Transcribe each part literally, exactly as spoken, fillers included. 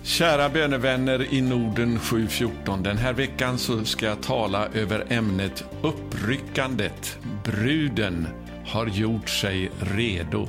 Kära bönevänner i Norden sju fjorton, den här veckan så ska jag tala över ämnet uppryckandet. Bruden har gjort sig redo.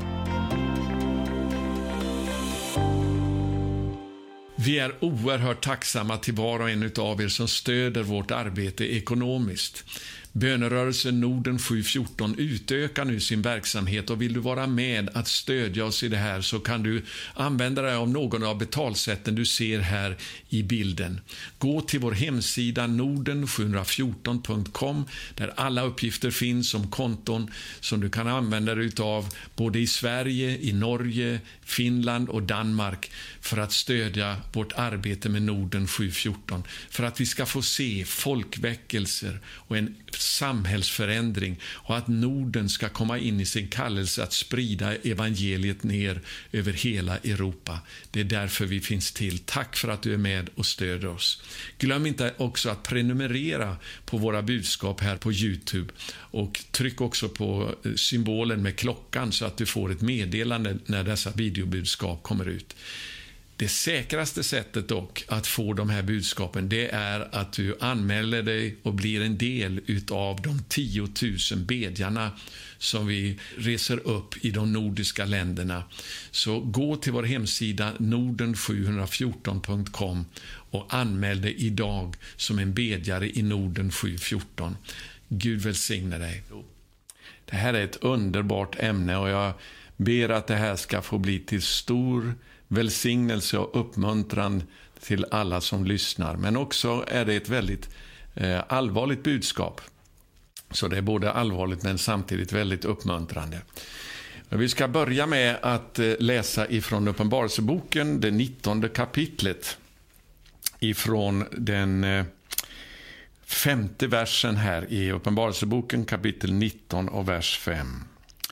Vi är oerhört tacksamma till var och en av er som stöder vårt arbete ekonomiskt. Bönerörelsen Norden sju fjorton utökar nu sin verksamhet, och vill du vara med att stödja oss i det här så kan du använda dig av någon av betalsätten du ser här i bilden. Gå till vår hemsida norden sju fjorton punkt com där alla uppgifter finns om konton som du kan använda dig av både i Sverige, i Norge, Finland och Danmark för att stödja vårt arbete med Norden sju fjorton, för att vi ska få se folkväckelser och en samhällsförändring, och att Norden ska komma in i sin kallelse att sprida evangeliet ner över hela Europa. Det är därför vi finns till. Tack för att du är med och stöder oss. Glöm inte också att prenumerera på våra budskap här på YouTube, och tryck också på symbolen med klockan så att du får ett meddelande när dessa videobudskap kommer ut. Det säkraste sättet dock att få de här budskapen, det är att du anmäler dig och blir en del utav de tio tusen bedjarna som vi reser upp i de nordiska länderna. Så gå till vår hemsida norden sju fjorton punkt com och anmäl dig idag som en bedjare i Norden sju fjorton. Gud välsigne dig. Det här är ett underbart ämne, och jag ber att det här ska få bli till stor välsignelse och uppmuntran till alla som lyssnar. Men också är det ett väldigt eh, allvarligt budskap. Så det är både allvarligt men samtidigt väldigt uppmuntrande. Vi ska börja med att eh, läsa ifrån Uppenbarelseboken, det nittonde kapitlet. Ifrån den eh, femte versen här i Uppenbarelseboken, kapitel nitton och vers fem.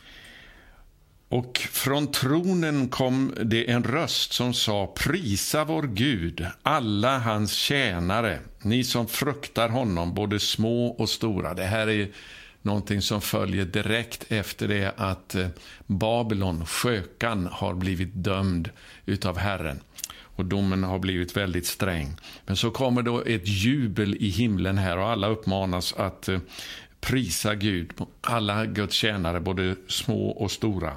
Och från tronen kom det en röst som sa: prisa vår Gud, alla hans tjänare, ni som fruktar honom, både små och stora. Det här är någonting som följer direkt efter det att Babylon, skökan, har blivit dömd utav Herren. Och domen har blivit väldigt sträng. Men så kommer då ett jubel i himlen här, och alla uppmanas att prisa Gud, alla Guds tjänare, både små och stora.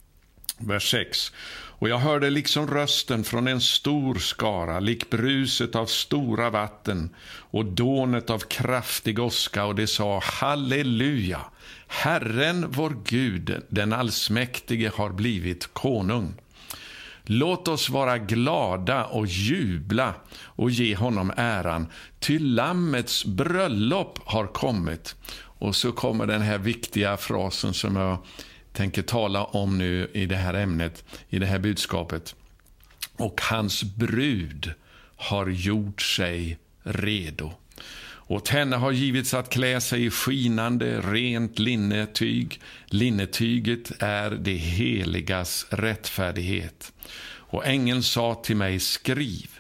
Vers sex. Och jag hörde liksom rösten från en stor skara, lik bruset av stora vatten och dånet av kraftig åska, och det sa: halleluja, Herren vår Gud, den allsmäktige, har blivit konung. Låt oss vara glada och jubla och ge honom äran, ty lammets bröllop har kommit. Och så kommer den här viktiga frasen som jag tänker tala om nu i det här ämnet, i det här budskapet. Och hans brud har gjort sig redo. Åt henne har givits att klä sig i skinande, rent linnetyg. Linnetyget är det heligas rättfärdighet. Och ängeln sa till mig: skriv,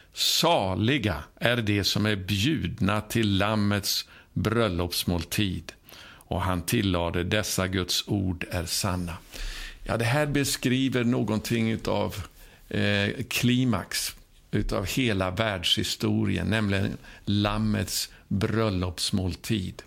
saliga är det som är bjudna till lammets bröllopsmåltid. Och han tillade: dessa Guds ord är sanna. Ja, det här beskriver någonting utav eh, klimax utav hela världshistorien, nämligen lammets bröllopsmåltid.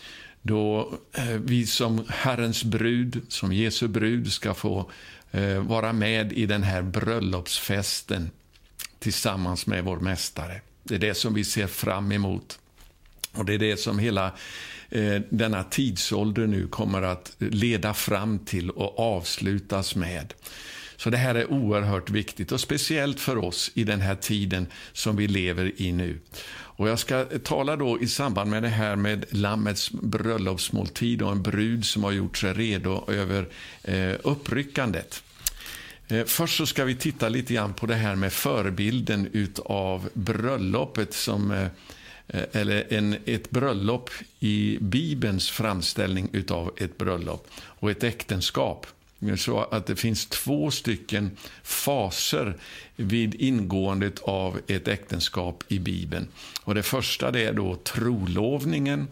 Då eh, vi som Herrens brud, som Jesu brud, ska få eh, vara med i den här bröllopsfesten tillsammans med vår mästare. Det är det som vi ser fram emot. Och det är det som hela eh, denna tidsålder nu kommer att leda fram till och avslutas med. Så det här är oerhört viktigt, och speciellt för oss i den här tiden som vi lever i nu. Och jag ska tala då i samband med det här med lammets bröllopsmåltid och en brud som har gjort sig redo över eh, uppryckandet. Eh, först så ska vi titta lite grann på det här med förebilden utav bröllopet som eh, eller en, ett bröllop i Bibelns framställning utav ett bröllop och ett äktenskap. Så att det finns två stycken faser vid ingåendet av ett äktenskap i Bibeln. Och det första, det är då trolovningen,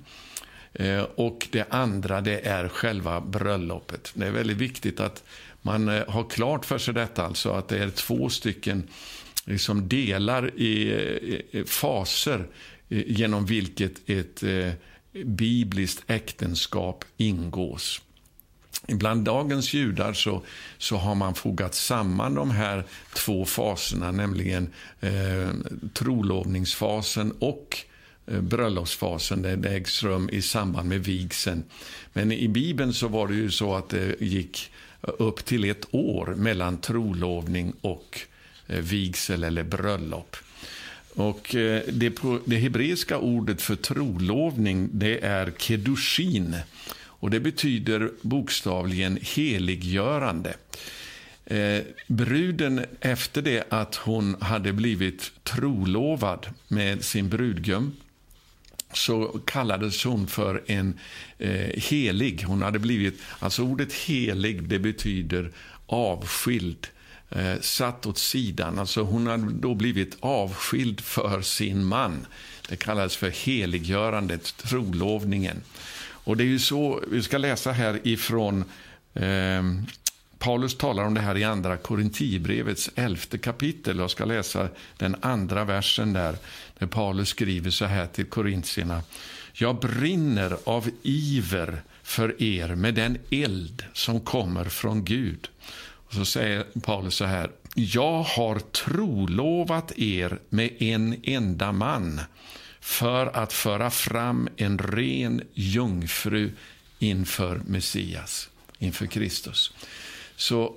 och det andra, det är själva bröllopet. Det är väldigt viktigt att man har klart för sig detta, alltså att det är två stycken liksom delar i faser genom vilket ett bibliskt äktenskap ingås. Bland dagens judar så, så har man fogat samman de här två faserna, nämligen eh, trolovningsfasen och eh, bröllopsfasen. Det, det ägs rum i samband med vigseln. Men i Bibeln så var det ju så att det gick upp till ett år mellan trolovning och eh, vigsel eller bröllop. Och eh, det, det hebreiska ordet för trolovning, det är kedushin. Och det betyder bokstavligen heliggörande. Eh, bruden, efter det att hon hade blivit trolovad med sin brudgum, så kallades hon för en eh, helig. Hon hade blivit, alltså ordet helig, det betyder avskild, eh, satt åt sidan. Alltså hon hade då blivit avskild för sin man. Det kallas för heliggörandet, trolovningen. Och det är ju så, vi ska läsa här ifrån, eh, Paulus talar om det här i andra Korinthierbrevets elfte kapitel. Jag ska läsa den andra versen där, där Paulus skriver så här till korintierna: jag brinner av iver för er med den eld som kommer från Gud. Och så säger Paulus så här: jag har trolovat er med en enda man, för att föra fram en ren jungfru inför Messias, inför Kristus. Så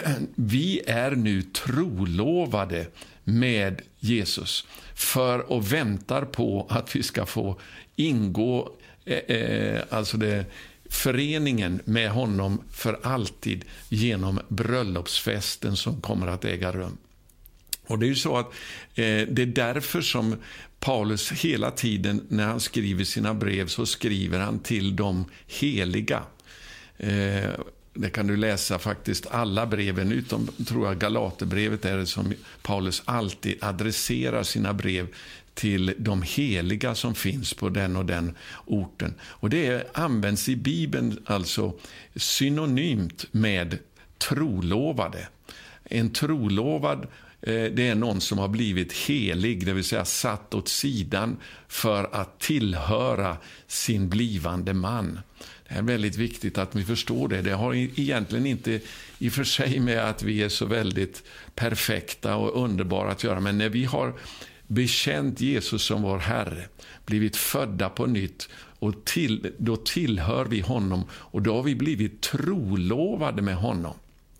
vi är nu trolovade med Jesus för att väntar på att vi ska få ingå eh, alltså det, föreningen med honom för alltid genom bröllopsfesten som kommer att äga rum. Och det är ju så att eh, det är därför som Paulus hela tiden när han skriver sina brev så skriver han till de heliga. Eh, det kan du läsa faktiskt alla breven, utom tror jag Galaterbrevet är det som Paulus alltid adresserar sina brev till de heliga som finns på den och den orten. Och det används i Bibeln alltså synonymt med trolovade. En trolovad, det är någon som har blivit helig, det vill säga satt åt sidan för att tillhöra sin blivande man. Det är väldigt viktigt att vi förstår det. Det har egentligen inte i och för sig med att vi är så väldigt perfekta och underbara att göra, men när vi har bekänt Jesus som vår Herre, blivit födda på nytt, och till, då tillhör vi honom, och då har vi blivit trolovade med honom.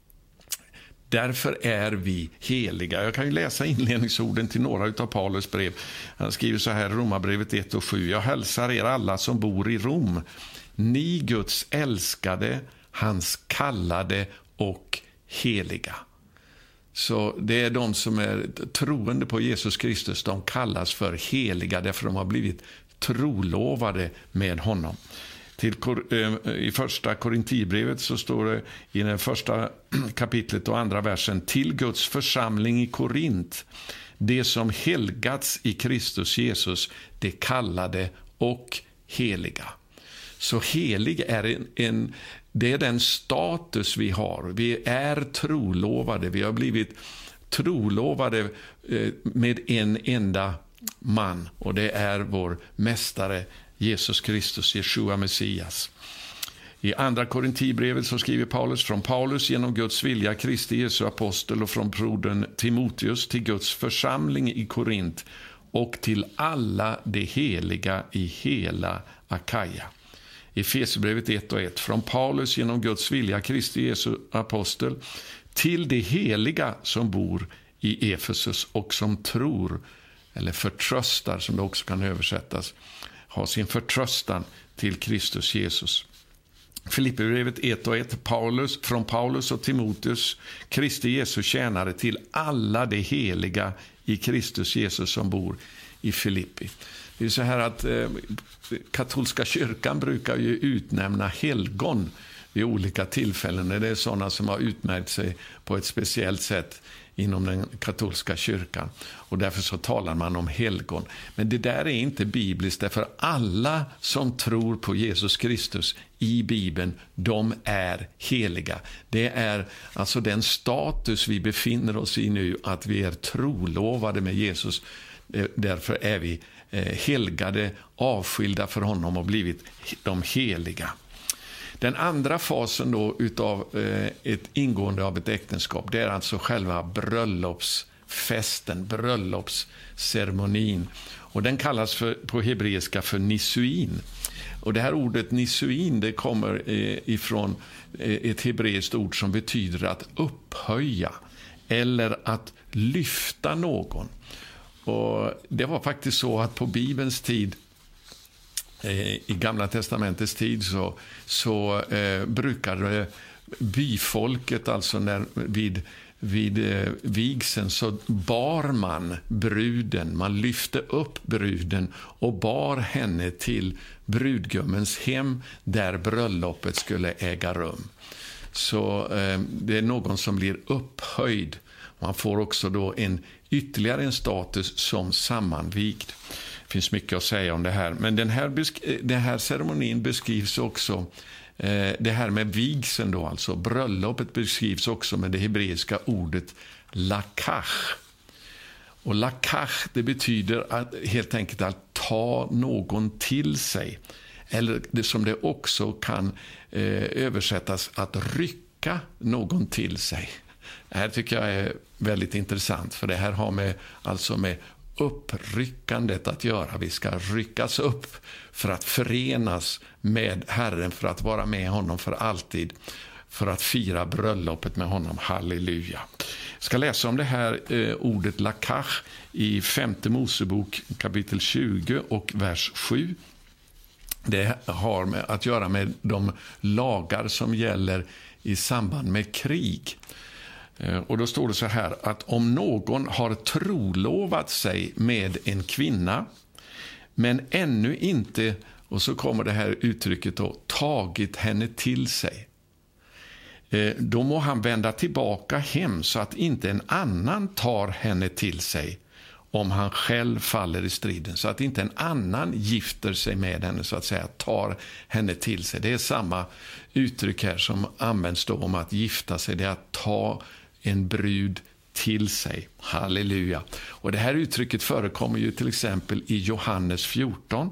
Därför är vi heliga. Jag kan ju läsa inledningsorden till några av Paulus brev. Han skriver så här, Romarbrevet ett och sju. Jag hälsar er alla som bor i Rom. Ni Guds älskade, hans kallade och heliga. Så det är de som är troende på Jesus Kristus. De kallas för heliga därför de har blivit trolovade med honom. Till, i första Korinthierbrevet så står det i det första kapitlet och andra versen: till Guds församling i Korint, det som helgats i Kristus Jesus, det kallade och heliga. Så helig är en, en det är den status vi har. Vi är trolovade. Vi har blivit trolovade med en enda man, och det är vår mästare Jesus Kristus, Jeshua Messias. I andra Korinthierbrevet så skriver Paulus: från Paulus genom Guds vilja, Kristi Jesu apostel, och från brodern Timoteus till Guds församling i Korint och till alla de heliga i hela Akaja. I Efesierbrevet ett och ett. Från Paulus genom Guds vilja, Kristi Jesu apostel, till de heliga som bor i Efesus och som tror, eller förtröstar som det också kan översättas, har sin förtröstan till Kristus Jesus. Filipperbrevet ett och ett. Paulus, från Paulus och Timoteus, Kristi Jesu tjänare, till alla de heliga i Kristus Jesus som bor i Filippi. Det är så här att eh, katolska kyrkan brukar ju utnämna helgon vid olika tillfällen. Det är sådana som har utmärkt sig på ett speciellt sätt inom den katolska kyrkan. Och därför så talar man om helgon. Men det där är inte bibliskt, därför alla som tror på Jesus Kristus i Bibeln, de är heliga. Det är alltså den status vi befinner oss i nu, att vi är trolovade med Jesus. Därför är vi helgade, avskilda för honom och blivit de heliga. Den andra fasen då utav ett ingående av ett äktenskap, det är alltså själva bröllopsfesten, bröllopsceremonin. Och den kallas för, på hebreiska för nisuin. Och det här ordet nisuin, det kommer ifrån ett hebreiskt ord som betyder att upphöja eller att lyfta någon. Och det var faktiskt så att på Bibelns tid, i Gamla testamentets tid, så, så eh, brukade byfolket, alltså när, vid, vid eh, vigseln, så bar man bruden, man lyfte upp bruden och bar henne till brudgummens hem där bröllopet skulle äga rum. Så eh, det är någon som blir upphöjd. Man får också då en ytterligare en status som sammanvigd. Det finns mycket att säga om det här. Men den här, besk- den här ceremonin beskrivs också, eh, det här med vigseln då, alltså bröllopet beskrivs också med det hebreiska ordet lakach. Och lakach, det betyder att, helt enkelt att ta någon till sig. Eller det som det också kan eh, översättas att rycka någon till sig. Det här tycker jag är väldigt intressant, för det här har med, alltså med uppryckandet att göra. Vi ska ryckas upp för att förenas med Herren, för att vara med honom för alltid, för att fira bröllopet med honom. Halleluja. Jag ska läsa om det här eh, ordet lakach i femte Mosebok kapitel tjugo och vers sju. Det har med att göra med de lagar som gäller i samband med krig. Och då står det så här, att om någon har trolovat sig med en kvinna men ännu inte, och så kommer det här uttrycket då, tagit henne till sig, då må han vända tillbaka hem så att inte en annan tar henne till sig om han själv faller i striden, så att inte en annan gifter sig med henne, så att säga, tar henne till sig. Det är samma uttryck här som används då om att gifta sig, det är att ta en brud till sig. Halleluja. Och det här uttrycket förekommer ju till exempel i Johannes fjorton.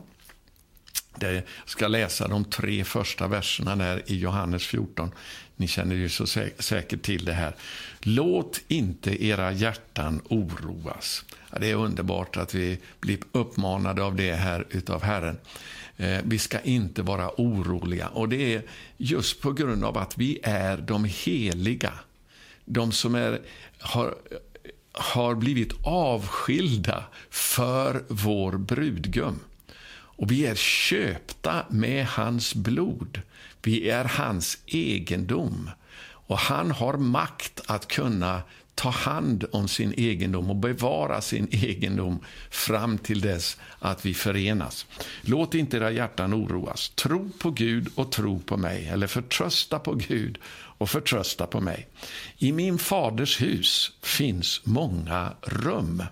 Jag ska läsa de tre första verserna där i Johannes fjorton. Ni känner ju så sä- säkert till det här. Låt inte era hjärtan oroas. Ja, det är underbart att vi blir uppmanade av det här utav Herren. Eh, vi ska inte vara oroliga. Och det är just på grund av att vi är de heliga. De som är, har, har blivit avskilda för vår brudgum. Och vi är köpta med hans blod. Vi är hans egendom. Och han har makt att kunna ta hand om sin egendom och bevara sin egendom fram till dess att vi förenas. Låt inte era hjärtan oroas. Tro på Gud och tro på mig. Eller förtrösta på Gud och förtrösta på mig. I min faders hus finns många rum.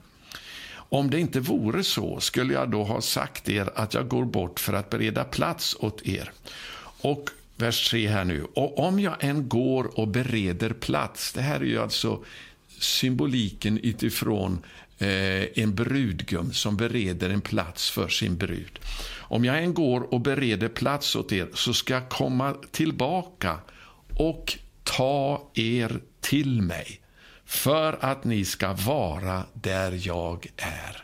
Om det inte vore så skulle jag då ha sagt er att jag går bort för att bereda plats åt er. Och vers tre här nu. Och om jag än går och bereder plats. Det här är ju alltså symboliken utifrån eh, en brudgum som bereder en plats för sin brud. Om jag än går och bereder plats åt er så ska jag komma tillbaka och ta er till mig. För att ni ska vara där jag är.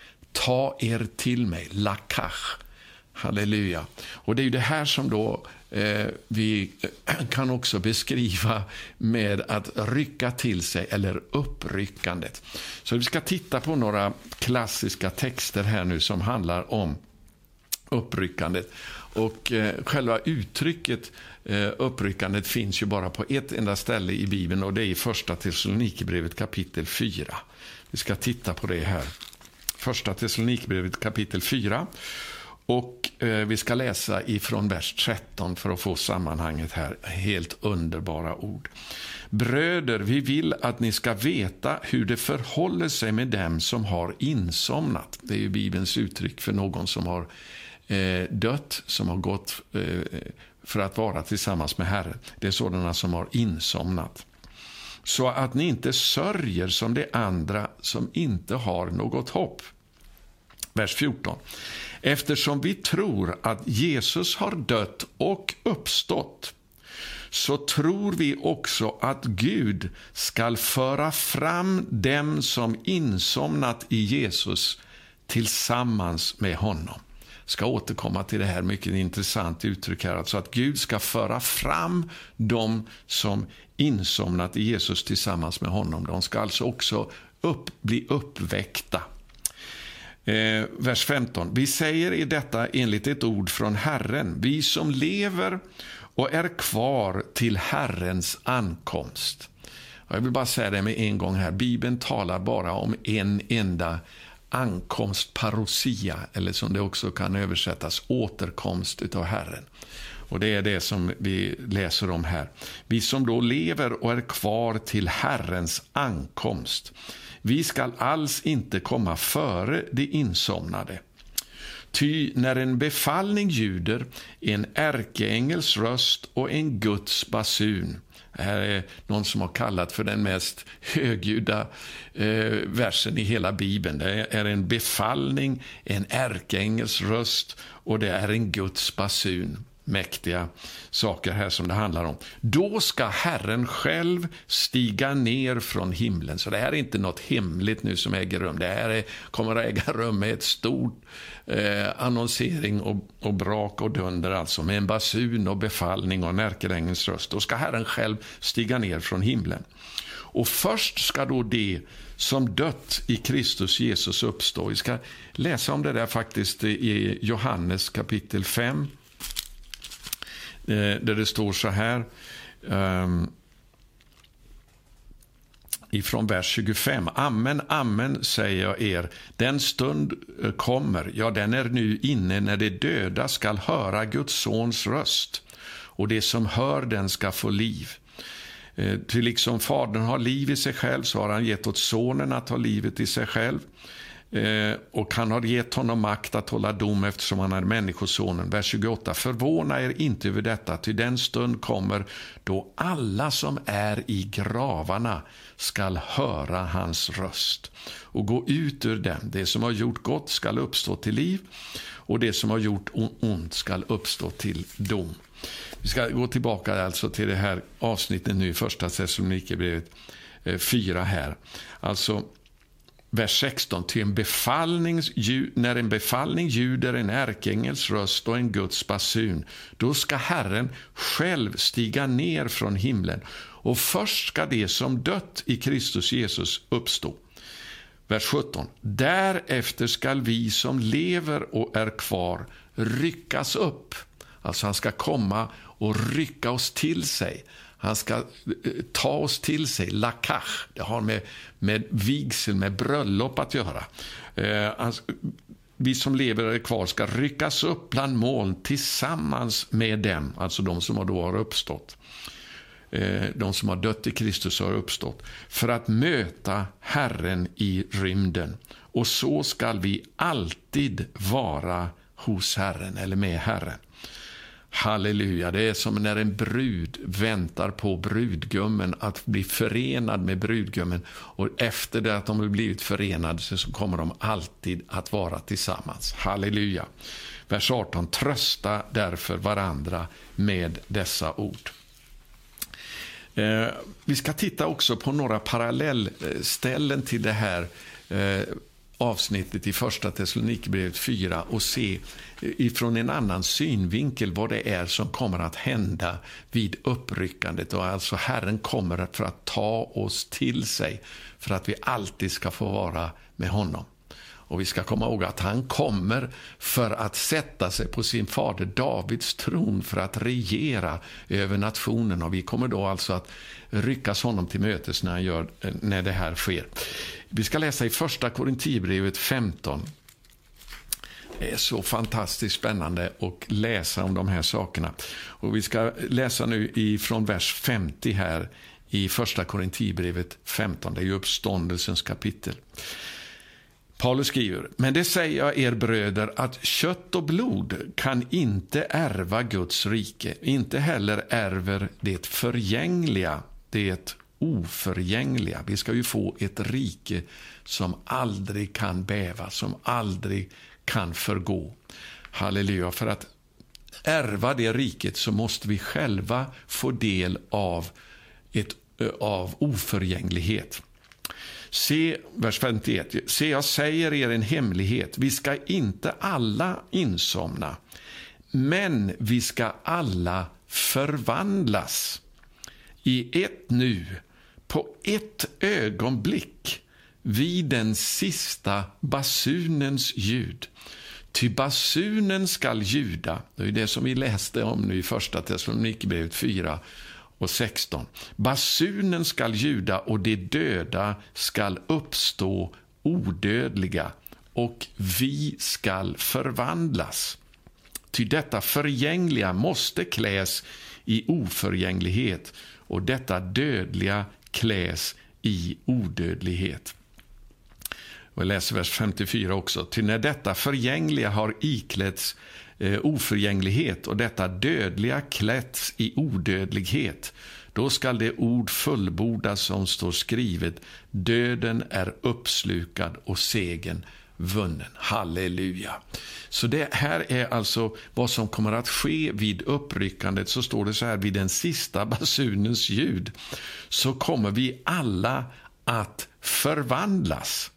Ta er till mig. Lakach. Halleluja. Och det är ju det här som då eh, vi kan också beskriva med att rycka till sig eller uppryckandet. Så vi ska titta på några klassiska texter här nu som handlar om uppryckandet. Och eh, själva uttrycket eh, uppryckandet finns ju bara på ett enda ställe i Bibeln, och det är i första Thessalonikerbrevet kapitel fyra. Vi ska titta på det här. Första Thessalonikerbrevet kapitel fyra. Och eh, vi ska läsa ifrån vers tretton för att få sammanhanget här. Helt underbara ord. Bröder, vi vill att ni ska veta hur det förhåller sig med dem som har insomnat. Det är ju Bibelns uttryck för någon som har eh, dött, som har gått eh, för att vara tillsammans med Herren. Det är sådana som har insomnat. Så att ni inte sörjer som de andra som inte har något hopp. Vers fjorton. Eftersom vi tror att Jesus har dött och uppstått, så tror vi också att Gud skall föra fram dem som insomnat i Jesus tillsammans med honom. Ska återkomma till det här mycket intressant uttryck här. Alltså att Gud ska föra fram dem som insomnat i Jesus tillsammans med honom. De ska alltså också upp, bli uppväckta. Eh, vers femton. Vi säger i detta enligt ett ord från Herren. Vi som lever och är kvar till Herrens ankomst. Jag vill bara säga det med en gång här. Bibeln talar bara om en enda ankomst, parousia, eller som det också kan översättas, återkomst utav Herren. Och det är det som vi läser om här. Vi som då lever och är kvar till Herrens ankomst. Vi ska alls inte komma före de insomnade. Ty när en befallning ljuder, en ärkeängels röst och en Guds basun. Det här är någon som har kallat för den mest högljudda eh, versen i hela Bibeln. Det är en befallning, en ärkeängels röst och det är en Guds basun. Mäktiga saker här som det handlar om. Då ska Herren själv stiga ner från himlen. Så det här är inte något hemligt nu som äger rum. Det här är, kommer att äga rum med ett stort eh, annonsering och, och brak och dunder, alltså med en basun och befallning och en ärkeängelns röst. Då ska Herren själv stiga ner från himlen. Och först ska då det som dött i Kristus Jesus uppstå. Vi ska läsa om det där faktiskt i Johannes kapitel fem. Där det står så här um, ifrån vers tjugofem. Amen, amen säger jag er, den stund kommer, ja den är nu inne, när de döda skall höra Guds sons röst, och det som hör den ska få liv. Eh, till liksom Fadern har liv i sig själv, så har han gett åt sonen att ha livet i sig själv. Eh, och han har gett honom makt att hålla dom eftersom han är människosonen. Vers tjugoåtta. Förvåna er inte över detta, till den stund kommer då alla som är i gravarna skall höra hans röst och gå ut ur dem. Det som har gjort gott skall uppstå till liv, och det som har gjort ont skall uppstå till dom. Vi ska gå tillbaka alltså till det här avsnittet nu i första Thessalonikerbrevet eh, fyra här. Alltså vers sexton. Till en befallning, när en befallning ljuder, en ärkeängels röst och en Guds basun, då ska Herren själv stiga ner från himlen, och först ska det som dött i Kristus Jesus uppstå. Vers sjutton. Därefter skall vi som lever och är kvar ryckas upp. Alltså han ska komma och rycka oss till sig. Han ska ta oss till sig, lakach. Det har med, med vigsel, med bröllop att göra. Eh, alltså, vi som lever och är kvar ska ryckas upp bland moln tillsammans med dem. Alltså de som då har uppstått. Eh, de som har dött i Kristus har uppstått. För att möta Herren i rymden. Och så ska vi alltid vara hos Herren, eller med Herren. Halleluja, det är som när en brud väntar på brudgummen att bli förenad med brudgummen, och efter det att de har blivit förenade så kommer de alltid att vara tillsammans. Halleluja. Vers arton. Trösta därför varandra med dessa ord. Eh, vi ska titta också på några parallellställen till det här eh, avsnittet i första Thessalonikerbrevet fyra och se ifrån en annan synvinkel vad det är som kommer att hända vid uppryckandet. Och alltså Herren kommer för att ta oss till sig, för att vi alltid ska få vara med honom. Och vi ska komma ihåg att han kommer för att sätta sig på sin fader Davids tron, för att regera över nationen. Och vi kommer då alltså att ryckas honom till mötes när, han gör, när det här sker. Vi ska läsa i första Korinthierbrevet femton. Det är så fantastiskt spännande att läsa om de här sakerna. Och vi ska läsa nu ifrån vers femtio här i första Korinthierbrevet femton. Det är ju uppståndelsens kapitel. Paulus skriver: men det säger jag er bröder, att kött och blod kan inte ärva Guds rike. Inte heller ärver det förgängliga, det oförgängliga. Vi ska ju få ett rike som aldrig kan bäva, som aldrig kan förgå. Halleluja. För att ärva det riket så måste vi själva få del av, ett, av oförgänglighet. Se, vers femtioett. Se, jag säger er en hemlighet. Vi ska inte alla insomna, men vi ska alla förvandlas i ett nu, på ett ögonblick, vid den sista basunens ljud. Ty basunen skall ljuda. Det är det som vi läste om nu i första Thessalonikerbrevet fyra och sexton. Basunen skall ljuda och de döda skall uppstå odödliga, och vi skall förvandlas. Ty detta förgängliga måste kläs i oförgänglighet, och detta dödliga kläs i odödlighet. Och jag läser vers femtiofyra också. Ty när detta förgängliga har iklätts eh, oförgänglighet och detta dödliga klätts i odödlighet, då skall det ord fullbordas som står skrivet: döden är uppslukad och segern vunnen. Halleluja. Så det här är alltså vad som kommer att ske vid uppryckandet. Så står det så här: vid den sista basunens ljud så kommer vi alla att förvandlas.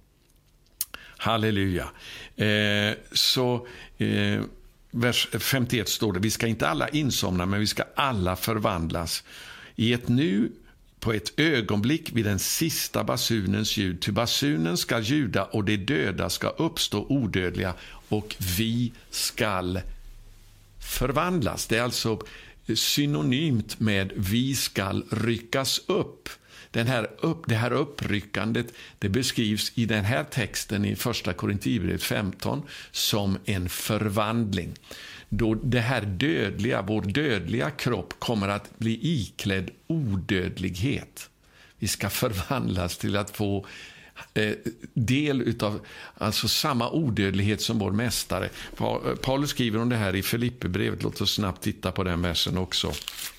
Halleluja. Eh, så eh, vers femtioett står det: vi ska inte alla insomna, men vi ska alla förvandlas i ett nu, på ett ögonblick, vid den sista basunens ljud. Till basunen ska ljuda och de döda ska uppstå odödliga, och vi ska förvandlas. Det är alltså synonymt med vi ska ryckas upp. Den här upp, det här uppryckandet, det beskrivs i den här texten i första Korinthierbrevet femton som en förvandling. Då det här dödliga, vår dödliga kropp kommer att bli iklädd odödlighet. Vi ska förvandlas till att få eh, del utav alltså samma odödlighet som vår mästare. Paulus skriver om det här i Filipperbrevet. Låt oss snabbt titta på den versen också.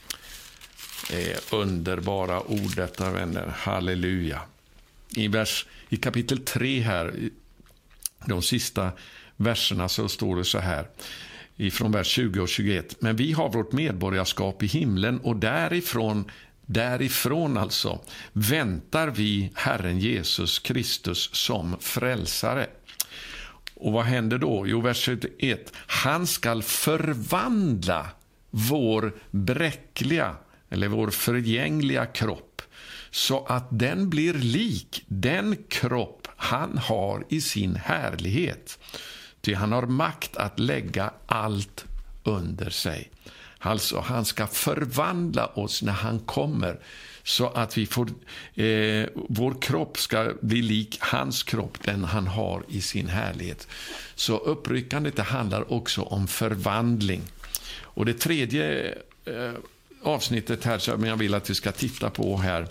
Eh, underbara ord detta, vänner. Halleluja. I, vers, i kapitel tre här, de sista verserna, så står det så här ifrån vers tjugo och tjugoett. Men vi har vårt medborgarskap i himlen, och därifrån, därifrån alltså väntar vi Herren Jesus Kristus som frälsare. Och vad händer då? Jo, vers tjugoett. Han skall förvandla vår bräckliga eller vår förgängliga kropp, så att den blir lik den kropp han har i sin härlighet. Ty han har makt att lägga allt under sig. Alltså, han ska förvandla oss när han kommer, så att vi får, eh, vår kropp ska bli lik hans kropp, den han har i sin härlighet. Så uppryckandet, det handlar också om förvandling. Och det tredje eh, avsnittet här som jag vill att vi ska titta på här,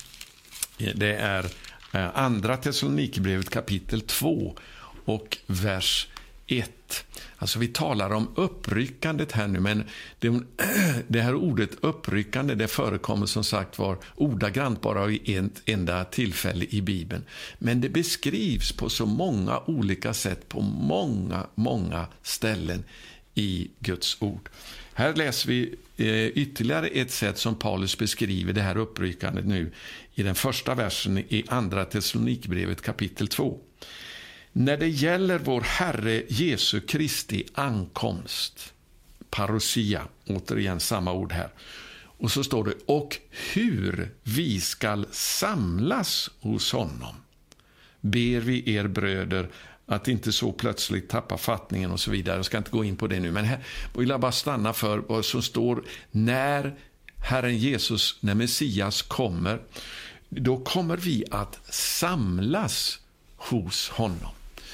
det är eh, andra Thessalonikerbrevet kapitel två och vers ett. Alltså vi talar om uppryckandet här nu, men det, det här ordet uppryckande, det förekommer som sagt var ordagrant bara i ett enda tillfälle i Bibeln. Men det beskrivs på så många olika sätt på många, många ställen i Guds ord. Här läser vi eh, ytterligare ett sätt som Paulus beskriver det här uppryckandet nu i den första versen i andra Thessalonikerbrevet kapitel två. När det gäller vår Herre Jesu Kristi ankomst, parousia, återigen samma ord här. Och så står det: och hur vi skall samlas hos honom, ber vi er bröder att inte så plötsligt tappa fattningen och så vidare. Jag ska inte gå in på det nu, men här vill jag bara stanna för vad som står: när Herren Jesus, när Messias kommer, då kommer vi att samlas hos honom.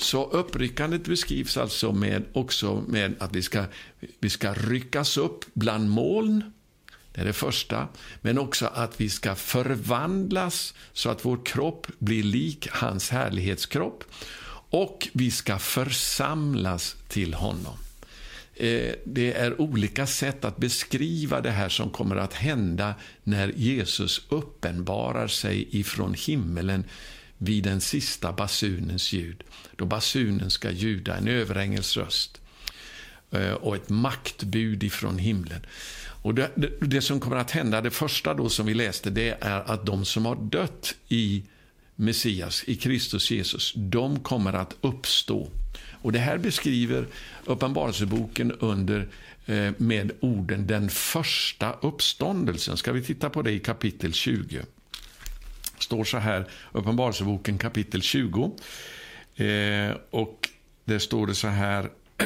Så uppryckandet beskrivs alltså med, också med att vi ska, vi ska ryckas upp bland moln. Det är det första. Men också att vi ska förvandlas så att vår kropp blir lik hans härlighetskropp. Och vi ska församlas till honom. Det är olika sätt att beskriva det här som kommer att hända när Jesus uppenbarar sig ifrån himmelen vid den sista basunens ljud. Då basunen ska ljuda, en överängels röst och ett maktbud ifrån himlen. Och det, det, det som kommer att hända, det första då som vi läste, det är att de som har dött i Messias, i Kristus Jesus, de kommer att uppstå. Och det här beskriver Uppenbarelseboken under eh, med orden den första uppståndelsen. Ska vi titta på det i kapitel tjugo. Står så här, Uppenbarelseboken kapitel tjugo. Eh, och det står det så här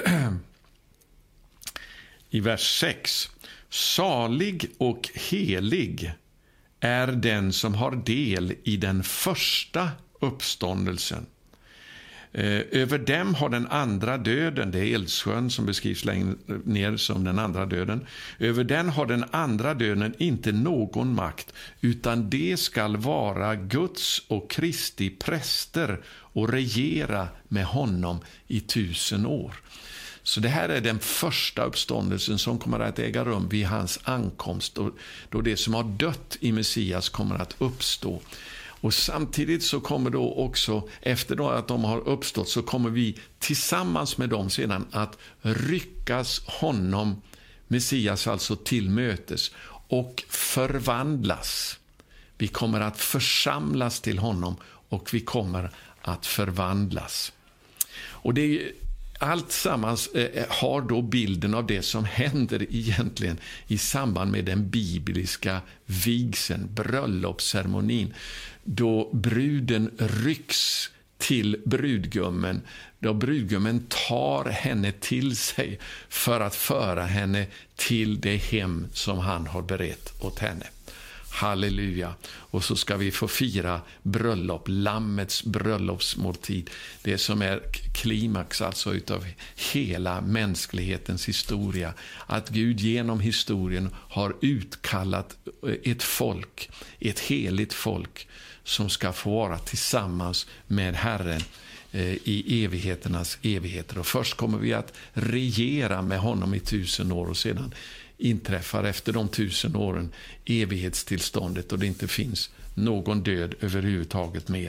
i vers sex. Salig och helig är den som har del i den första uppståndelsen. Eh, över dem har den andra döden, det är eldsjön som beskrivs längre ner som den andra döden. Över den har den andra döden inte någon makt, utan det skall vara Guds och Kristi präster och regera med honom i tusen år. Så det här är den första uppståndelsen som kommer att äga rum vid hans ankomst, och då det som har dött i Messias kommer att uppstå. Och samtidigt så kommer då också, efter då att de har uppstått, så kommer vi tillsammans med dem sedan att ryckas honom, Messias alltså, till mötes och förvandlas. Vi kommer att församlas till honom och vi kommer att förvandlas. Och det är allt sammans eh, har då bilden av det som händer egentligen i samband med den bibliska vigseln, bröllopsceremonin, då bruden rycks till brudgummen, då brudgummen tar henne till sig för att föra henne till det hem som han har berett åt henne. Halleluja. Och så ska vi få fira bröllop, lammets bröllopsmåltid. Det som är klimax alltså utav hela mänsklighetens historia. Att Gud genom historien har utkallat ett folk, ett heligt folk som ska få vara tillsammans med Herren i evigheternas evigheter. Och först kommer vi att regera med honom i tusen år, och sedan inträffar efter de tusen åren evighetstillståndet, och det inte finns någon död överhuvudtaget mer.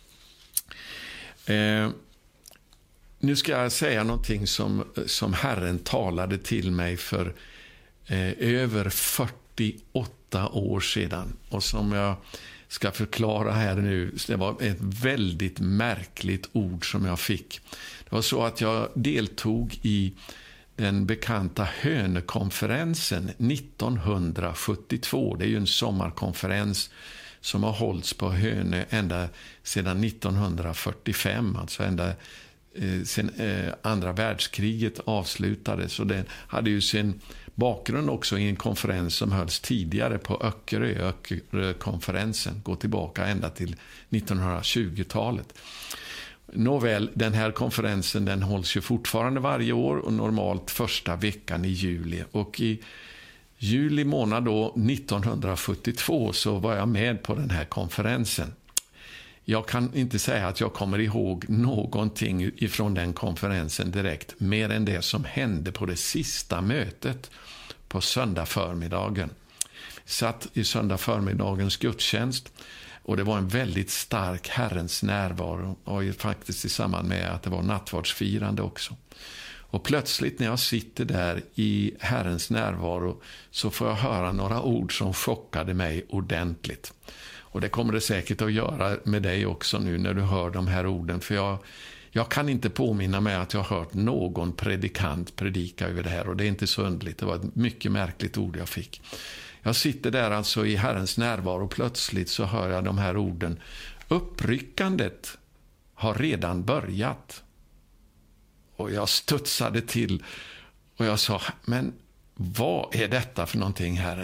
Eh, nu ska jag säga någonting som, som Herren talade till mig för eh, över fyrtioåtta år sedan, och som jag ska förklara här nu. Det var ett väldigt märkligt ord som jag fick. Det var så att jag deltog i den bekanta Hönökonferensen nittonhundrasjuttiotvå. Det är ju en sommarkonferens som har hållits på Hönö ända sedan nittonhundrafyrtiofem, alltså ända eh, sedan eh, andra världskriget avslutades. Och den hade ju sin bakgrund också i en konferens som hölls tidigare på Öckerö, Öckerökonferensen, går tillbaka ända till nittonhundratjugotalet. Nåväl, den här konferensen den hålls ju fortfarande varje år, och normalt första veckan i juli. Och i juli månad då nittonhundrasjuttiotvå så var jag med på den här konferensen. Jag kan inte säga att jag kommer ihåg någonting ifrån den konferensen direkt, mer än det som hände på det sista mötet på söndag förmiddagen. Satt i söndag förmiddagens gudstjänst, och det var en väldigt stark Herrens närvaro, och faktiskt i samband med att det var nattvardsfirande också. Och plötsligt när jag sitter där i Herrens närvaro så får jag höra några ord som chockade mig ordentligt. Och det kommer det säkert att göra med dig också nu när du hör de här orden, för jag, jag kan inte påminna mig att jag har hört någon predikant predika över det här, och det är inte så underligt. Det var ett mycket märkligt ord jag fick. Jag sitter där alltså i Herrens närvaro, och plötsligt så hör jag de här orden: uppryckandet har redan börjat. Och jag studsade till och jag sa: men vad är detta för någonting, Herre?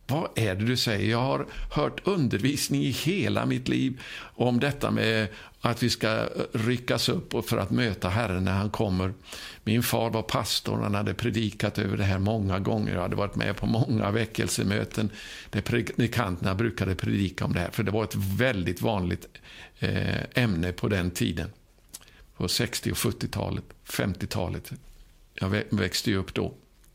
Vad är det du säger? Jag har hört undervisning i hela mitt liv om detta med att vi ska ryckas upp och för att möta Herren när han kommer. Min far var pastor, han hade predikat över det här många gånger. Jag hade varit med på många väckelsemöten där predikanterna brukade predika om det här. För det var ett väldigt vanligt eh, ämne på den tiden. På sextio- och sjuttiotalet, femtiotalet. Jag växte ju upp då.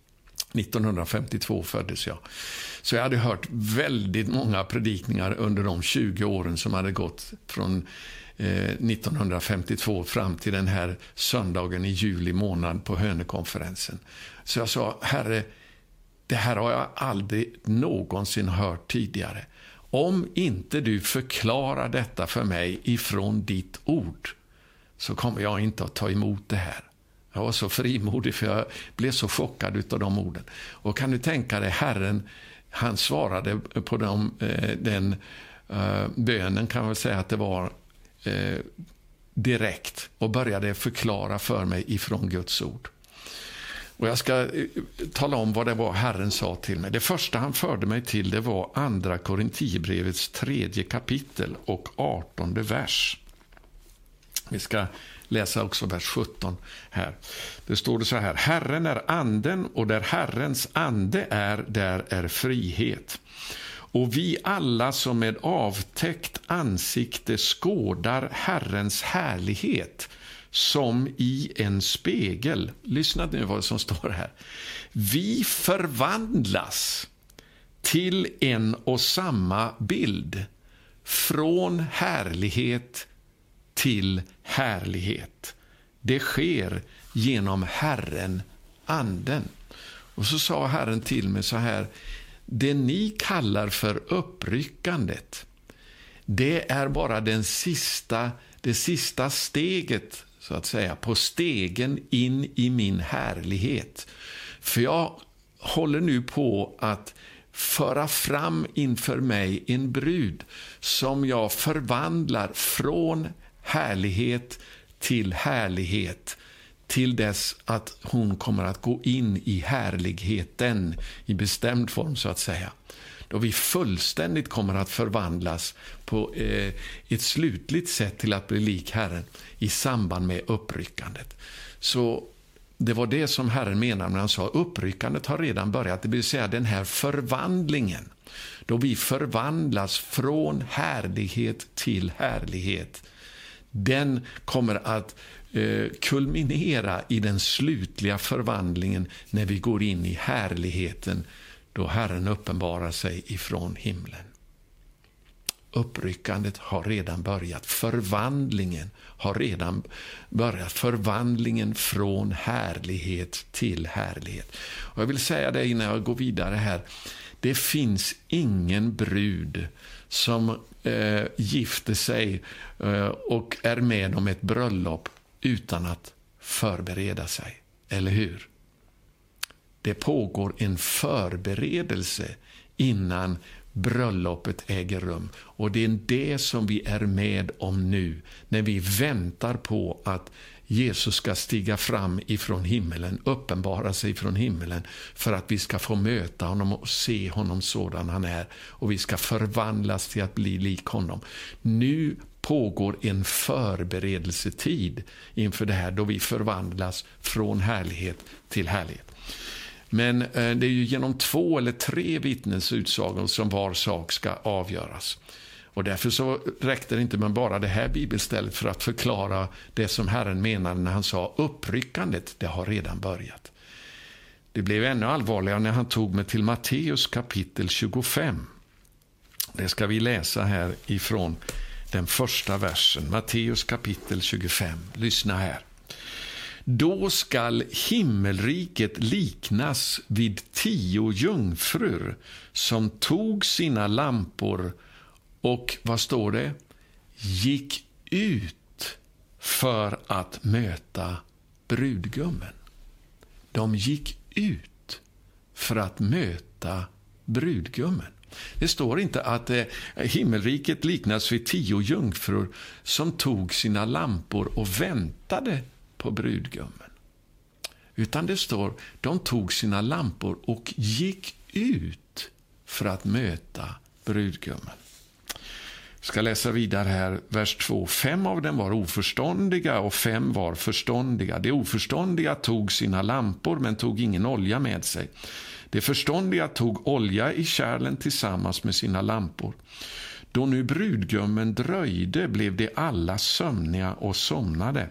nittonhundrafemtiotvå föddes jag. Så jag hade hört väldigt många predikningar under de tjugo åren som hade gått från eh, nittonhundrafemtiotvå fram till den här söndagen i juli månad på Hönökonferensen. Så jag sa, Herre, det här har jag aldrig någonsin hört tidigare. Om inte du förklarar detta för mig ifrån ditt ord, så kommer jag inte att ta emot det här. Jag var så frimodig för jag blev så chockad utav de orden. Och kan du tänka dig, Herren, han svarade på dem, eh, den eh, bönen, kan man säga att det var eh, direkt, och började förklara för mig ifrån Guds ord. Och jag ska eh, tala om vad det var Herren sa till mig. Det första han förde mig till, det var andra Korinthierbrevets tredje kapitel och artonde vers. Vi ska läsa också vers sjutton här. Det står det så här: Herren är anden, och där Herrens ande är, där är frihet. Och vi alla som med avtäckt ansikte skådar Herrens härlighet som i en spegel. Lyssna nu vad som står här. Vi förvandlas till en och samma bild, från härlighet till härlighet. Det sker genom Herren, anden. Och så sa Herren till mig så här: det ni kallar för uppryckandet, det är bara den sista, det sista steget, så att säga, på stegen in i min härlighet. För jag håller nu på att föra fram inför mig en brud som jag förvandlar från härlighet till härlighet, till dess att hon kommer att gå in i härligheten i bestämd form, så att säga. Då vi fullständigt kommer att förvandlas på eh, ett slutligt sätt till att bli lik Herren i samband med uppryckandet. Så det var det som Herren menar när han sa uppryckandet har redan börjat. Det vill säga den här förvandlingen, då vi förvandlas från härlighet till härlighet. Den kommer att eh, kulminera i den slutliga förvandlingen när vi går in i härligheten, då Herren uppenbarar sig ifrån himlen. Uppryckandet har redan börjat. Förvandlingen har redan börjat. Förvandlingen från härlighet till härlighet. Och jag vill säga det innan jag går vidare här. Det finns ingen brud som eh, gifter sig eh, och är med om ett bröllop utan att förbereda sig. Eller hur? Det pågår en förberedelse innan bröllopet äger rum. Och det är det som vi är med om nu, när vi väntar på att Jesus ska stiga fram ifrån himmelen, uppenbara sig från himmelen, för att vi ska få möta honom och se honom sådan han är, och vi ska förvandlas till att bli lik honom. Nu pågår en förberedelsetid inför det här, då vi förvandlas från härlighet till härlighet. Men eh, det är ju genom två eller tre vittnesutsagor som var sak ska avgöras. Och därför så räckte det inte med bara det här bibelstället för att förklara det som Herren menade när han sa uppryckandet, det har redan börjat. Det blev ännu allvarligare när han tog mig till Matteus kapitel tjugofem. Det ska vi läsa här ifrån den första versen. Matteus kapitel tjugofem. Lyssna här. Då skall himmelriket liknas vid tio jungfrur som tog sina lampor och, vad står det, gick ut för att möta brudgummen. De gick ut för att möta brudgummen. Det står inte att eh, himmelriket liknas vid tio jungfrur som tog sina lampor och väntade på brudgummen. Utan det står, de tog sina lampor och gick ut för att möta brudgummen. Jag ska läsa vidare här, vers två. Fem av dem var oförståndiga och fem var förståndiga. De oförståndiga tog sina lampor men tog ingen olja med sig. De förståndiga tog olja i kärlen tillsammans med sina lampor. Då nu brudgummen dröjde blev de alla sömniga och somnade.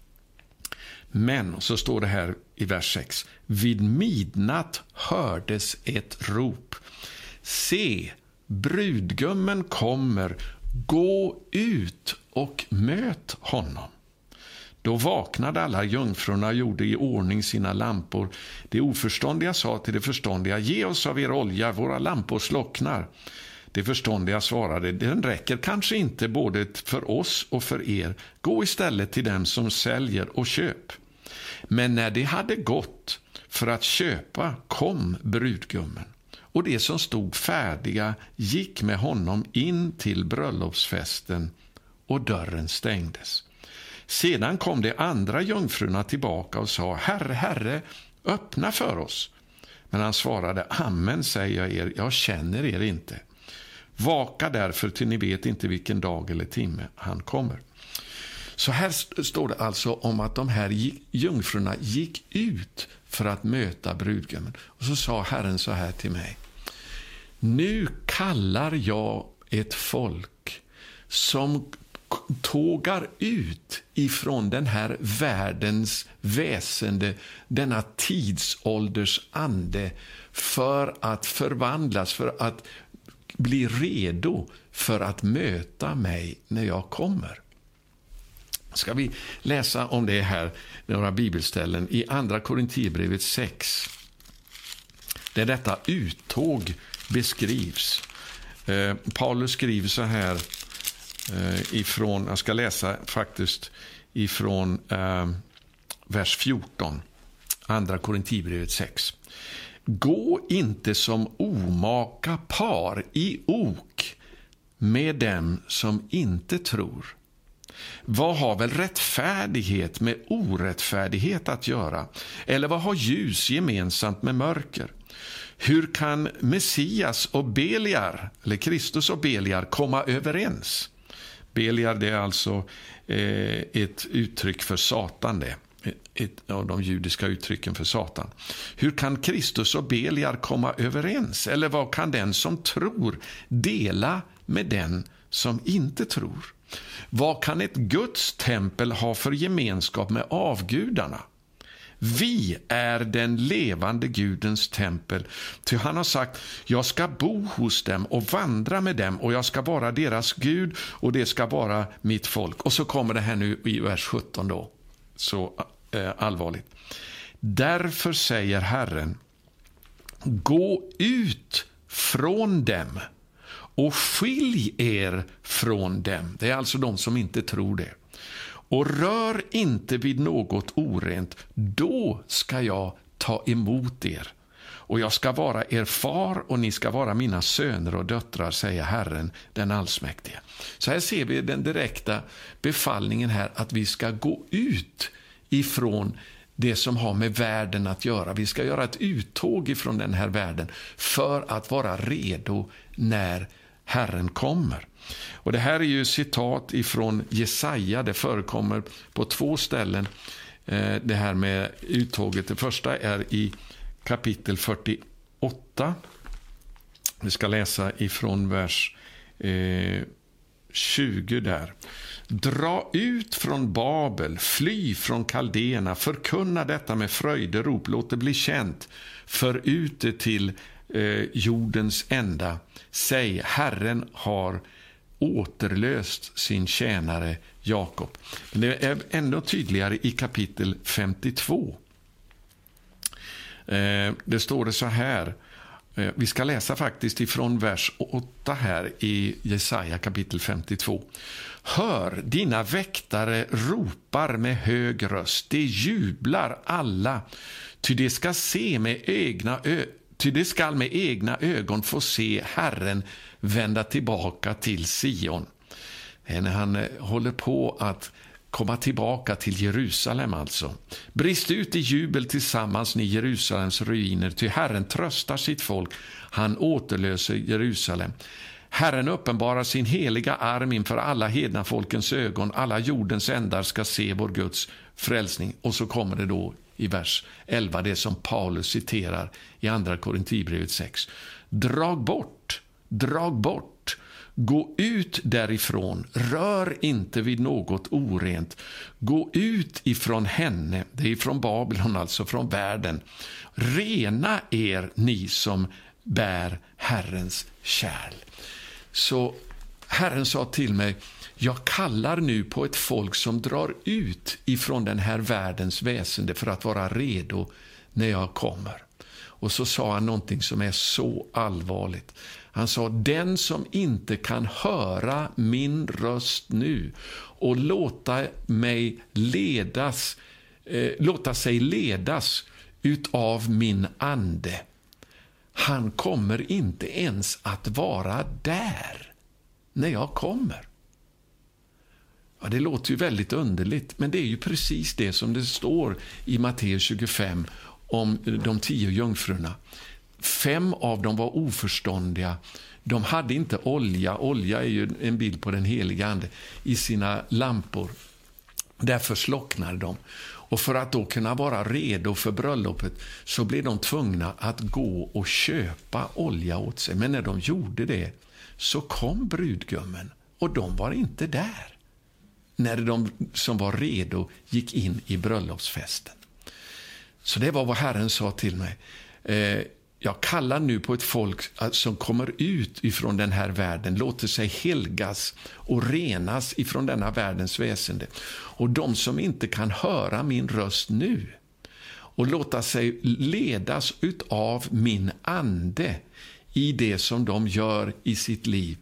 Men, så står det här i vers sex, vid midnatt hördes ett rop. Se, brudgummen kommer, gå ut och möt honom. Då vaknade alla jungfrurna och gjorde i ordning sina lampor. De oförståndiga sa till de förståndiga, ge oss av er olja, våra lampor slocknar. De förståndiga svarade, den räcker kanske inte både för oss och för er. Gå istället till dem som säljer och köp. Men när de hade gått för att köpa kom brudgummen. Och de som stod färdiga gick med honom in till bröllopsfesten och dörren stängdes. Sedan kom de andra jungfrurna tillbaka och sa, Herre, Herre, öppna för oss. Men han svarade, amen säger jag er, jag känner er inte. Vaka därför till ni vet inte vilken dag eller timme han kommer. Så här står det alltså om att de här jungfrurna gick ut för att möta brudgummen. Och så sa Herren så här till mig. Nu kallar jag ett folk som tågar ut ifrån den här världens väsende, denna tidsålders ande, för att förvandlas, för att bli redo för att möta mig när jag kommer. Ska vi läsa om det här, några bibelställen i andra Korinthierbrevet sex, där detta uttåg beskrivs. Eh, Paulus skriver så här eh, ifrån, jag ska läsa faktiskt ifrån eh, vers fjorton, andra Korinthierbrevet sex. Gå inte som omaka par i ok med dem som inte tror. Vad har väl rättfärdighet med orättfärdighet att göra? Eller vad har ljus gemensamt med mörker? Hur kan Messias och Beliar, eller Kristus och Beliar, komma överens? Beliar, det är alltså eh, ett uttryck för Satan, det. Ett av de judiska uttrycken för Satan. Hur kan Kristus och Beliar komma överens? Eller vad kan den som tror dela med den som inte tror? Vad kan ett Guds tempel ha för gemenskap med avgudarna? Vi är den levande Gudens tempel. Ty han har sagt, jag ska bo hos dem och vandra med dem och jag ska vara deras Gud och det ska vara mitt folk. Och så kommer det här nu i vers sjutton då. Så eh, allvarligt. Därför säger Herren, gå ut från dem och skilj er från dem. Det är alltså de som inte tror det. Och rör inte vid något orent, då ska jag ta emot er. Och jag ska vara er far och ni ska vara mina söner och döttrar, säger Herren den allsmäktige. Så här ser vi den direkta befallningen här att vi ska gå ut ifrån det som har med världen att göra. Vi ska göra ett uttåg ifrån den här världen för att vara redo när Herren kommer. Och det här är ju citat ifrån Jesaja. Det förekommer på två ställen, eh, det här med uttåget. Det första är i kapitel fyrtioåtta. Vi ska läsa ifrån vers eh, tjugo där. Dra ut från Babel, fly från Kaldena, förkunna detta med fröjderop, låt det bli känt, för ut det till eh, jordens ända. Säg, Herren har återlöst sin tjänare Jakob. Men det är ändå tydligare i kapitel femtiotvå. Eh, det står det så här. Eh, vi ska läsa faktiskt ifrån vers åtta här i Jesaja kapitel femtiotvå. Hör, dina väktare ropar med hög röst. De jublar alla, ty de ska se med egna ö- ty de skall med egna ögon få se Herren vända tillbaka till Sion. När han håller på att komma tillbaka till Jerusalem alltså. Brist ut i jubel tillsammans, ni Jerusalems ruiner, ty Herren tröstar sitt folk, han återlöser Jerusalem. Herren uppenbarar sin heliga arm inför alla hedna folkens ögon, alla jordens ändar ska se vår Guds frälsning. Och så kommer det då i vers elva, det som Paulus citerar i andra Korinthierbrevet sex. Drag bort, drag bort, gå ut därifrån, rör inte vid något orent, gå ut ifrån henne, det är ifrån Babylon, alltså från världen. Rena er, ni som bär Herrens kärl. Så Herren sa till mig, jag kallar nu på ett folk som drar ut ifrån den här världens väsende för att vara redo när jag kommer. Och så sa han någonting som är så allvarligt. Han sa, den som inte kan höra min röst nu och låta mig ledas, eh, låta sig ledas utav min ande, han kommer inte ens att vara där när jag kommer. Ja, det låter ju väldigt underligt, men det är ju precis det som det står i Matteus tjugofem om de tio jungfrurna. Fem av dem var oförståndiga. De hade inte olja, olja är ju en bild på den heliga ande, i sina lampor. Därför slocknade de. Och för att då kunna vara redo för bröllopet så blev de tvungna att gå och köpa olja åt sig. Men när de gjorde det så kom brudgummen och de var inte där när de som var redo gick in i bröllopsfesten. Så det var vad Herren sa till mig. Eh, jag kallar nu på ett folk som kommer ut ifrån den här världen, låter sig helgas och renas ifrån denna världens väsende. Och de som inte kan höra min röst nu och låta sig ledas utav min ande i det som de gör i sitt liv,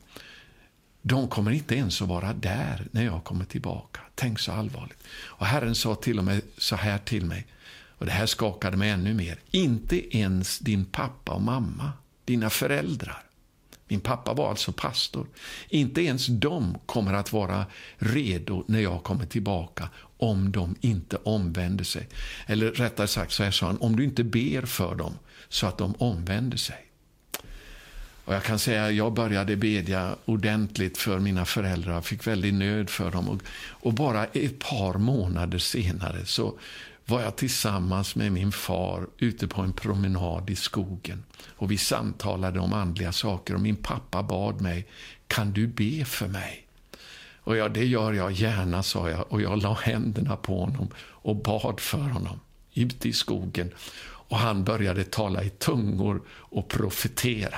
de kommer inte ens att vara där när jag kommer tillbaka. Tänk så allvarligt. Och Herren sa till och med så här till mig, och det här skakade mig ännu mer. Inte ens din pappa och mamma, dina föräldrar. Min pappa var alltså pastor. Inte ens de kommer att vara redo när jag kommer tillbaka om de inte omvänder sig. Eller rättare sagt så här sa han, om du inte ber för dem så att de omvänder sig. Och jag kan säga att jag började bedja ordentligt för mina föräldrar. Jag fick väldigt nöd för dem. Och, och bara ett par månader senare så var jag tillsammans med min far ute på en promenad i skogen. Och vi samtalade om andliga saker. Och min pappa bad mig, kan du be för mig? Och ja, det gör jag gärna, sa jag. Och jag la händerna på honom och bad för honom ute i skogen. Och han började tala i tungor och profetera.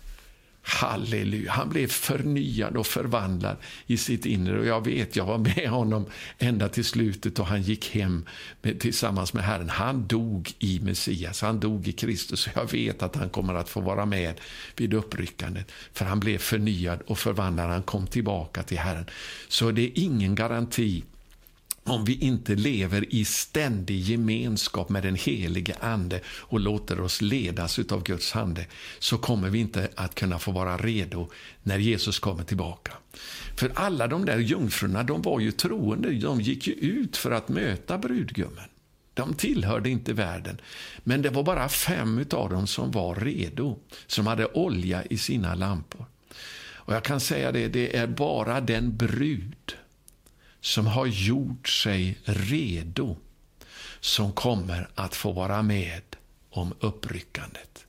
Halleluja, han blev förnyad och förvandlad i sitt inre. Och jag vet, jag var med honom ända till slutet och han gick hem med, tillsammans med Herren. Han dog i Messias, han dog i Kristus. Och jag vet att han kommer att få vara med vid uppryckandet. För han blev förnyad och förvandlad, han kom tillbaka till Herren. Så det är ingen garanti. Om vi inte lever i ständig gemenskap med den helige ande och låter oss ledas av Guds ande, så kommer vi inte att kunna få vara redo när Jesus kommer tillbaka. För alla de där jungfrurna, de var ju troende, de gick ju ut för att möta brudgummen. De tillhörde inte världen, men det var bara fem av dem som var redo, som hade olja i sina lampor. Och jag kan säga det, det är bara den brud som har gjort sig redo som kommer att få vara med om uppryckandet.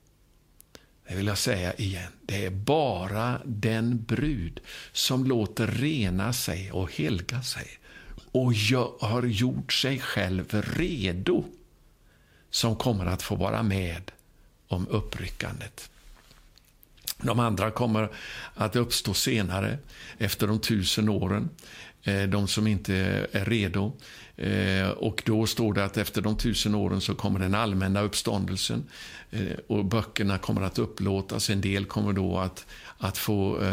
Det vill jag säga igen. Det är bara den brud som låter rena sig och helga sig och har gjort sig själv redo som kommer att få vara med om uppryckandet. De andra kommer att uppstå senare, efter de tusen åren. De som inte är redo. Och då står det att efter de tusen åren så kommer den allmänna uppståndelsen. Och böckerna kommer att upplåtas. En del kommer då att, att få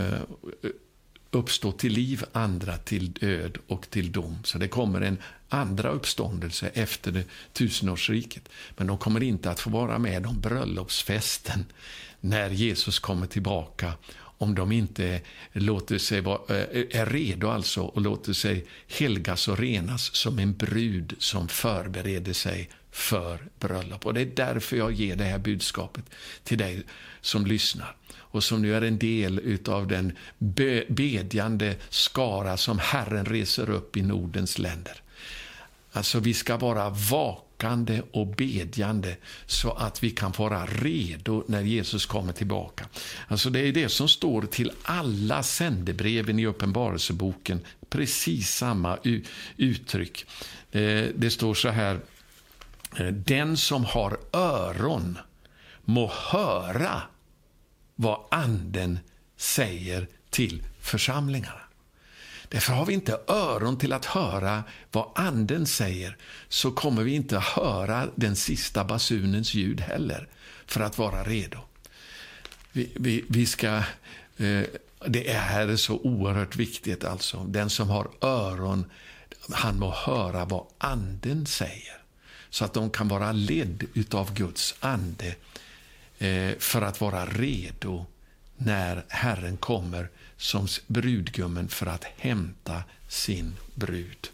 uppstå till liv, andra till död och till dom. Så det kommer en andra uppståndelse efter det tusenårsriket. Men de kommer inte att få vara med om bröllopsfesten när Jesus kommer tillbaka om de inte låter sig vara, är redo alltså och låter sig helgas och renas som en brud som förbereder sig för bröllop. Och det är därför jag ger det här budskapet till dig som lyssnar och som nu är en del av den bedjande skara som Herren reser upp i Nordens länder. Alltså vi ska vara vakande och bedjande så att vi kan vara redo när Jesus kommer tillbaka. Alltså det är det som står till alla sändebreven i Uppenbarelseboken, precis samma uttryck. Det står så här: den som har öron må höra vad anden säger till församlingarna. Därför har vi inte öron till att höra vad anden säger, så kommer vi inte att höra den sista basunens ljud heller för att vara redo. Vi, vi, vi ska, eh, det är här så oerhört viktigt alltså. Den som har öron, han må höra vad anden säger. Så att de kan vara ledd utav Guds ande eh, för att vara redo när Herren kommer som brudgummen för att hämta sin brud.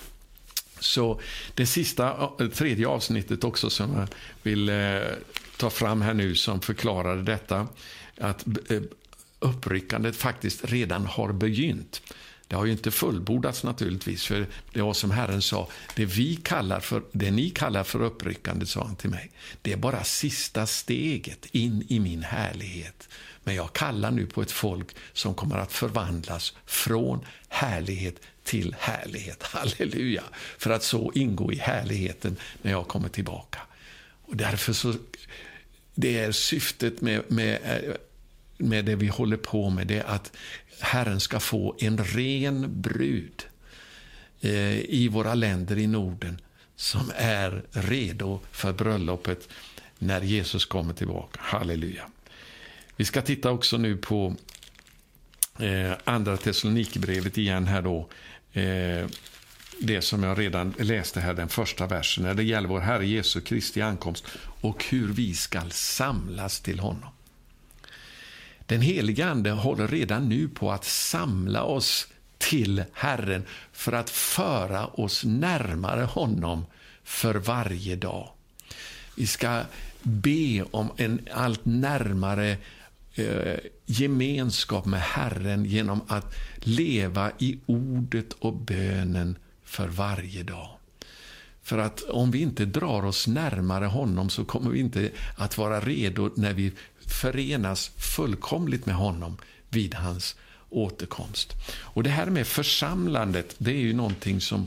Så det sista, tredje avsnittet också som jag vill eh, ta fram här nu, som förklarade detta, att eh, uppryckandet faktiskt redan har begynt. Det har ju inte fullbordats naturligtvis, för det var som Herren sa, det vi kallar för, det ni kallar för uppryckandet, sa han till mig, det är bara sista steget in i min härlighet. Men jag kallar nu på ett folk som kommer att förvandlas från härlighet till härlighet. Halleluja! För att så ingå i härligheten när jag kommer tillbaka. Och därför så, det är syftet med, med, med det vi håller på med, det är att Herren ska få en ren brud eh, i våra länder i Norden som är redo för bröllopet när Jesus kommer tillbaka. Halleluja! Vi ska titta också nu på eh, andra Thessalonikerbrevet igen här då. Eh, det som jag redan läste här, den första versen, när det gäller vår Herre Jesu Kristi ankomst och hur vi ska samlas till honom. Den heliga ande håller redan nu på att samla oss till Herren för att föra oss närmare honom för varje dag. Vi ska be om en allt närmare eh, gemenskap med Herren genom att leva i ordet och bönen för varje dag. För att om vi inte drar oss närmare honom så kommer vi inte att vara redo när vi förenas fullkomligt med honom vid hans återkomst. Och det här med församlandet, det är ju någonting som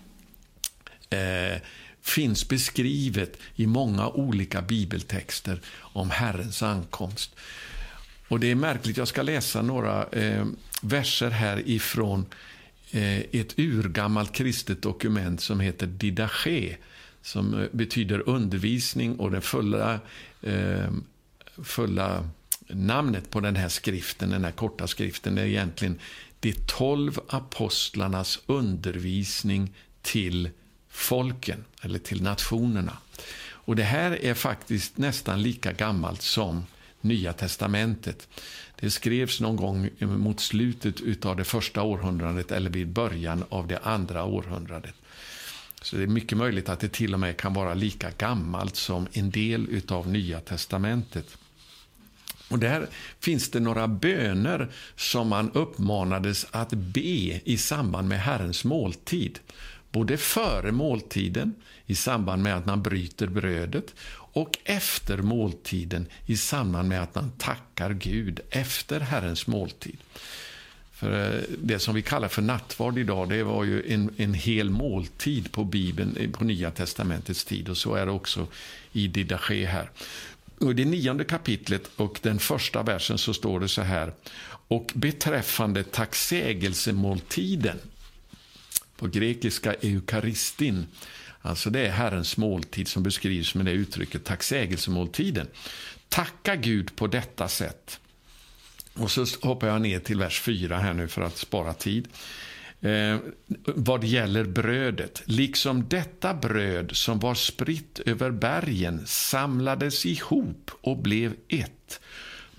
eh, finns beskrivet i många olika bibeltexter om Herrens ankomst. Och det är märkligt, jag ska läsa några eh, verser här ifrån eh, ett urgammalt kristet dokument som heter Didache, som betyder undervisning, och den fulla eh, fulla namnet på den här skriften, den här korta skriften, är egentligen de tolv apostlarnas undervisning till folken eller till nationerna. Och det här är faktiskt nästan lika gammalt som Nya testamentet. Det skrevs någon gång mot slutet av det första århundradet eller vid början av det andra århundradet. Så det är mycket möjligt att det till och med kan vara lika gammalt som en del av Nya testamentet. Och där finns det några böner som man uppmanades att be i samband med Herrens måltid. Både före måltiden, i samband med att man bryter brödet, och efter måltiden, i samband med att man tackar Gud efter Herrens måltid. För det som vi kallar för nattvard idag, det var ju en, en hel måltid på Bibeln, på Nya testamentets tid, och så är det också i Didache här. Och i det nionde kapitlet och den första versen så står det så här: och beträffande tacksägelsemåltiden, på grekiska eukaristin, alltså det är Herrens måltid som beskrivs med det uttrycket tacksägelsemåltiden, tacka Gud på detta sätt. Och så hoppar jag ner till vers fyra här nu för att spara tid. Eh, vad gäller brödet, liksom detta bröd som var spritt över bergen samlades ihop och blev ett,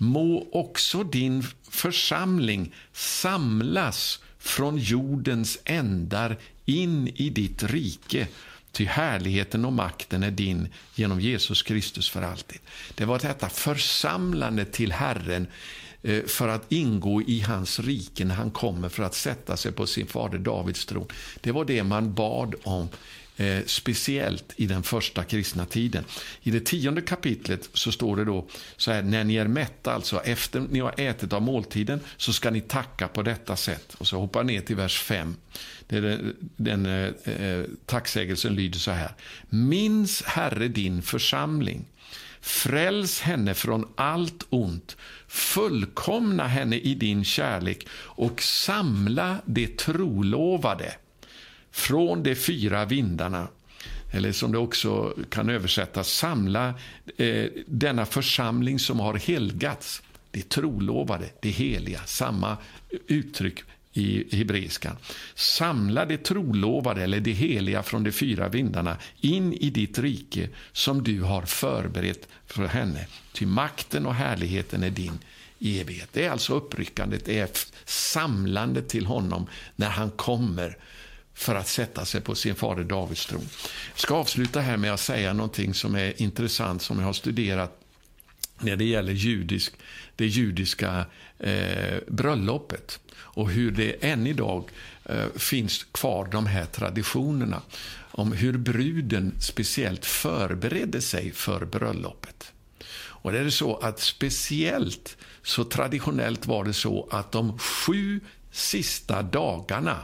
må också din församling samlas från jordens ändar in i ditt rike, ty härligheten och makten är din genom Jesus Kristus för alltid. Det var detta församlande till Herren för att ingå i hans rike när han kommer för att sätta sig på sin fader Davids tron. Det var det man bad om, eh, speciellt i den första kristna tiden. I det tionde kapitlet så står det då så här: när ni är mätta, alltså efter ni har ätit av måltiden, så ska ni tacka på detta sätt. Och så hoppar ner till vers fem. Det är den, den eh, tacksägelsen lyder så här: minns Herre din församling, fräls henne från allt ont, fullkomna henne i din kärlek och samla det trolovade från de fyra vindarna. Eller som det också kan översättas, samla eh, denna församling som har helgats. Det trolovade, det heliga, samma uttryck i hebreiskan. Samla det trolovade eller det heliga från de fyra vindarna in i ditt rike som du har förberett för henne. Ty makten och härligheten är din i evighet. Det är alltså uppryckandet, det är samlandet till honom när han kommer för att sätta sig på sin fader Davids tron. Jag ska avsluta här med att säga någonting som är intressant, som jag har studerat när det gäller judisk, det judiska eh, bröllopet och hur det än idag eh, finns kvar de här traditionerna om hur bruden speciellt förberedde sig för bröllopet. Och det är så att speciellt så traditionellt var det så att de sju sista dagarna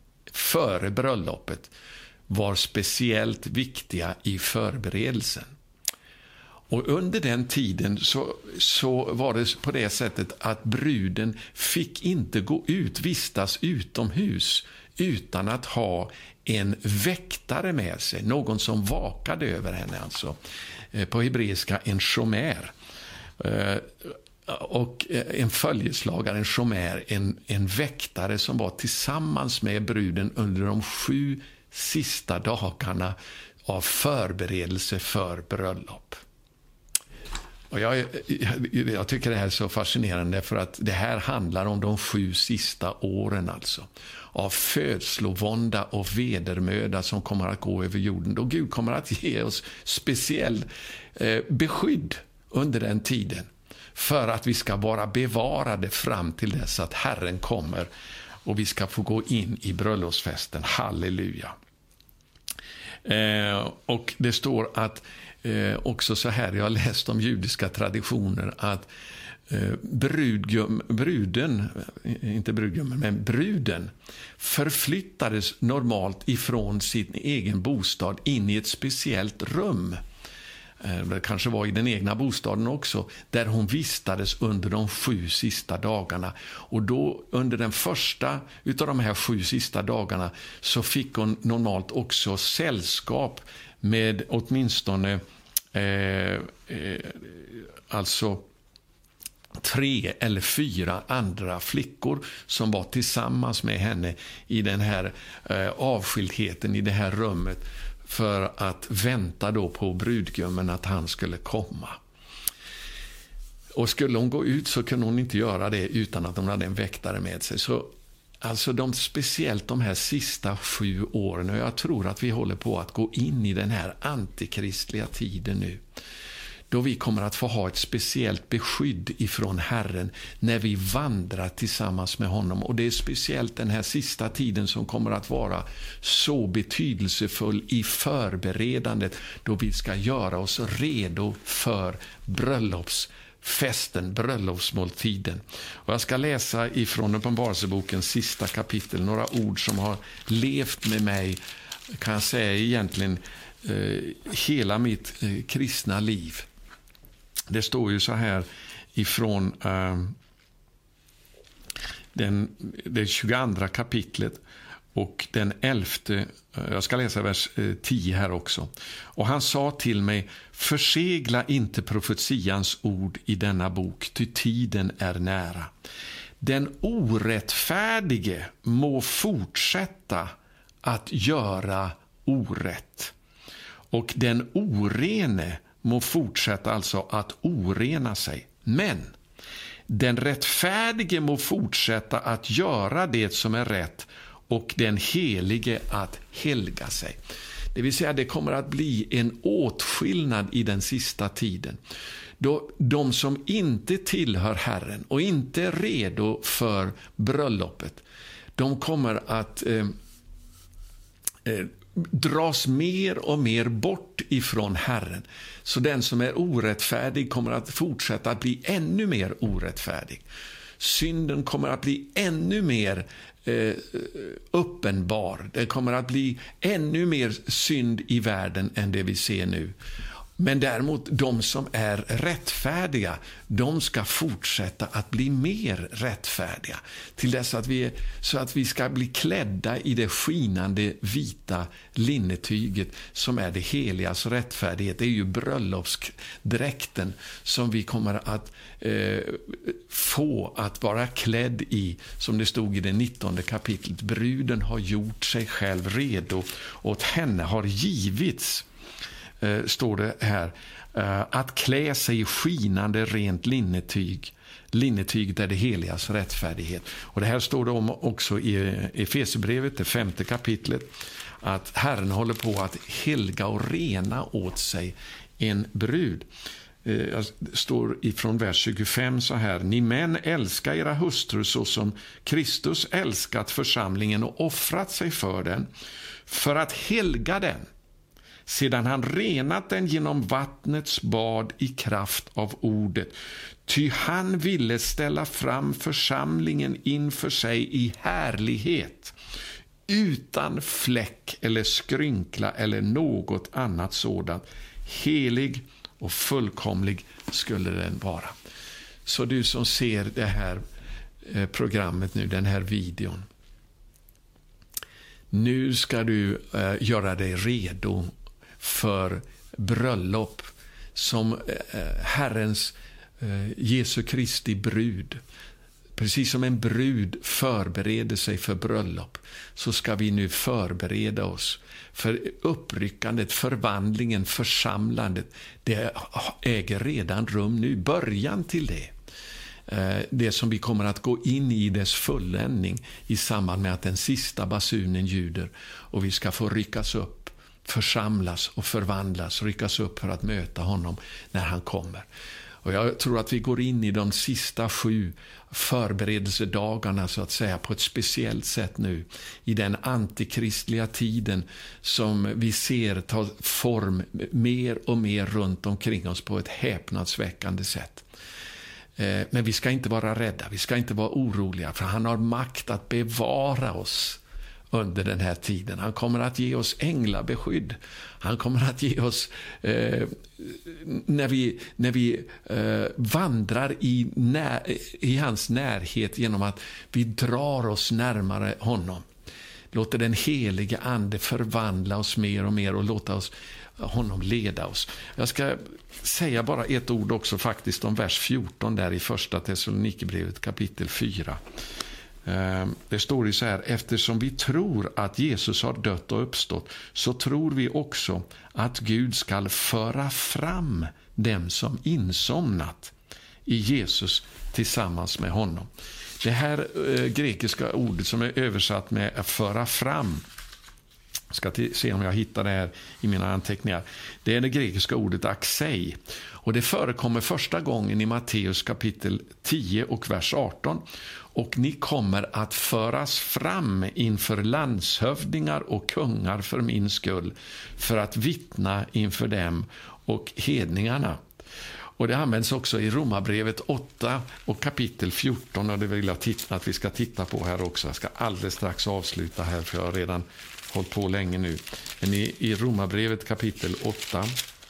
före bröllopet var speciellt viktiga i förberedelsen. Och under den tiden så, så var det på det sättet att bruden fick inte gå ut, vistas utomhus utan att ha en väktare med sig, någon som vakade över henne, alltså på hebreiska en shomer. Och en följeslagare, en shomer, en, en väktare som var tillsammans med bruden under de sju sista dagarna av förberedelse för bröllop. Och jag, jag tycker det här är så fascinerande, för att det här handlar om de sju sista åren alltså av födslovånda och vedermöda som kommer att gå över jorden. Då Gud kommer att ge oss speciell eh, beskydd under den tiden för att vi ska vara bevarade fram till dess att Herren kommer och vi ska få gå in i bröllopsfesten. Halleluja! Eh, och det står att eh, också så här, jag har läst om judiska traditioner, att eh, brudgum, bruden, inte brudgummen, men bruden förflyttades normalt ifrån sin egen bostad in i ett speciellt rum. Det kanske var i den egna bostaden också, där hon vistades under de sju sista dagarna. Och då under den första utav de här sju sista dagarna så fick hon normalt också sällskap med åtminstone eh, eh, alltså tre eller fyra andra flickor som var tillsammans med henne i den här eh, avskildheten i det här rummet, för att vänta då på brudgummen att han skulle komma. Och skulle hon gå ut så kunde hon inte göra det utan att hon hade en väktare med sig. Så alltså de, speciellt de här sista sju åren, och jag tror att vi håller på att gå in i den här antikristliga tiden nu, då vi kommer att få ha ett speciellt beskydd ifrån Herren när vi vandrar tillsammans med honom. Och det är speciellt den här sista tiden som kommer att vara så betydelsefull i förberedandet, då vi ska göra oss redo för bröllopsfesten, bröllopsmåltiden. Och jag ska läsa ifrån Uppenbarelsebokens sista kapitel några ord som har levt med mig, kan jag säga egentligen eh, hela mitt eh, kristna liv. Det står ju så här ifrån eh, den, det tjugoandra kapitlet och den elfte, eh, jag ska läsa vers eh, tio här också. Och han sa till mig: försegla inte profetians ord i denna bok, ty tiden är nära. Den orättfärdige må fortsätta att göra orätt, och den orene må fortsätta alltså att orena sig. Men Den rättfärdige må fortsätta att göra det som är rätt och den helige att helga sig. Det vill säga det kommer att bli en åtskillnad i den sista tiden. Då de som inte tillhör Herren och inte är redo för bröllopet, de kommer att eh, eh, dras mer och mer bort ifrån Herren. Så den som är orättfärdig kommer att fortsätta att bli ännu mer orättfärdig. Synden kommer att bli ännu mer eh, uppenbar. Det kommer att bli ännu mer synd i världen än det vi ser nu. Men däremot de som är rättfärdiga, de ska fortsätta att bli mer rättfärdiga till dess att vi, så att vi ska bli klädda i det skinande vita linnetyget som är det heligas rättfärdighet. Det är ju bröllopsdräkten som vi kommer att eh, få att vara klädd i, som det stod i det nittonde kapitlet. Bruden har gjort sig själv redo, åt henne har givits, Uh, står det här, uh, att klä sig i skinande rent linnetyg. Linnetyg där det heligas rättfärdighet. Och det här står det om också i Efesierbrevet, det femte kapitlet, att Herren håller på att helga och rena åt sig en brud. Uh, det står ifrån vers tjugofem så här: ni män älskar era hustrur så som Kristus älskat församlingen och offrat sig för den, för att helga den, sedan han renat den genom vattnets bad i kraft av ordet. Ty han ville ställa fram församlingen inför sig i härlighet, utan fläck eller skrynkla eller något annat sådant. Helig och fullkomlig skulle den vara. Så du som ser det här programmet nu, den här videon, nu ska du uh, göra dig redo för bröllop som eh, Herrens eh, Jesu Kristi brud. Precis som en brud förbereder sig för bröllop, så ska vi nu förbereda oss för uppryckandet, förvandlingen, församlandet. Det äger redan rum nu, början till det. Eh, det som vi kommer att gå in i dess fulländning i samband med att den sista basunen ljuder och vi ska få ryckas upp, församlas och förvandlas, ryckas upp för att möta honom när han kommer. Och jag tror att vi går in i de sista sju förberedelsedagarna så att säga på ett speciellt sätt nu, i den antikristliga tiden som vi ser ta form mer och mer runt omkring oss på ett häpnadsväckande sätt. Men vi ska inte vara rädda, vi ska inte vara oroliga, för han har makt att bevara oss under den här tiden. Han kommer att ge oss änglabeskydd. Han kommer att ge oss eh, när vi, när vi eh, vandrar i, när, i hans närhet genom att vi drar oss närmare honom. Låter den helige ande förvandla oss mer och mer och låta oss, honom leda oss. Jag ska säga bara ett ord också faktiskt om vers fjorton där i första Thessalonikerbrevet kapitel fyra. Det står ju så här: eftersom vi tror att Jesus har dött och uppstått, så tror vi också att Gud ska föra fram dem som insomnat i Jesus tillsammans med honom. Det här eh, grekiska ordet som är översatt med att föra fram, jag ska se om jag hittar det här i mina anteckningar. Det är det grekiska ordet axei. Och det förekommer första gången i Matteus kapitel tio och vers arton. Och ni kommer att föras fram inför landshövdingar och kungar för min skull, för att vittna inför dem och hedningarna. Och det används också i Romarbrevet åtta och kapitel fjorton, och det vill jag titta, att vi ska titta på här också. Jag ska alldeles strax avsluta här, för jag har redan hållit på länge nu. Men i, i Romarbrevet kapitel åtta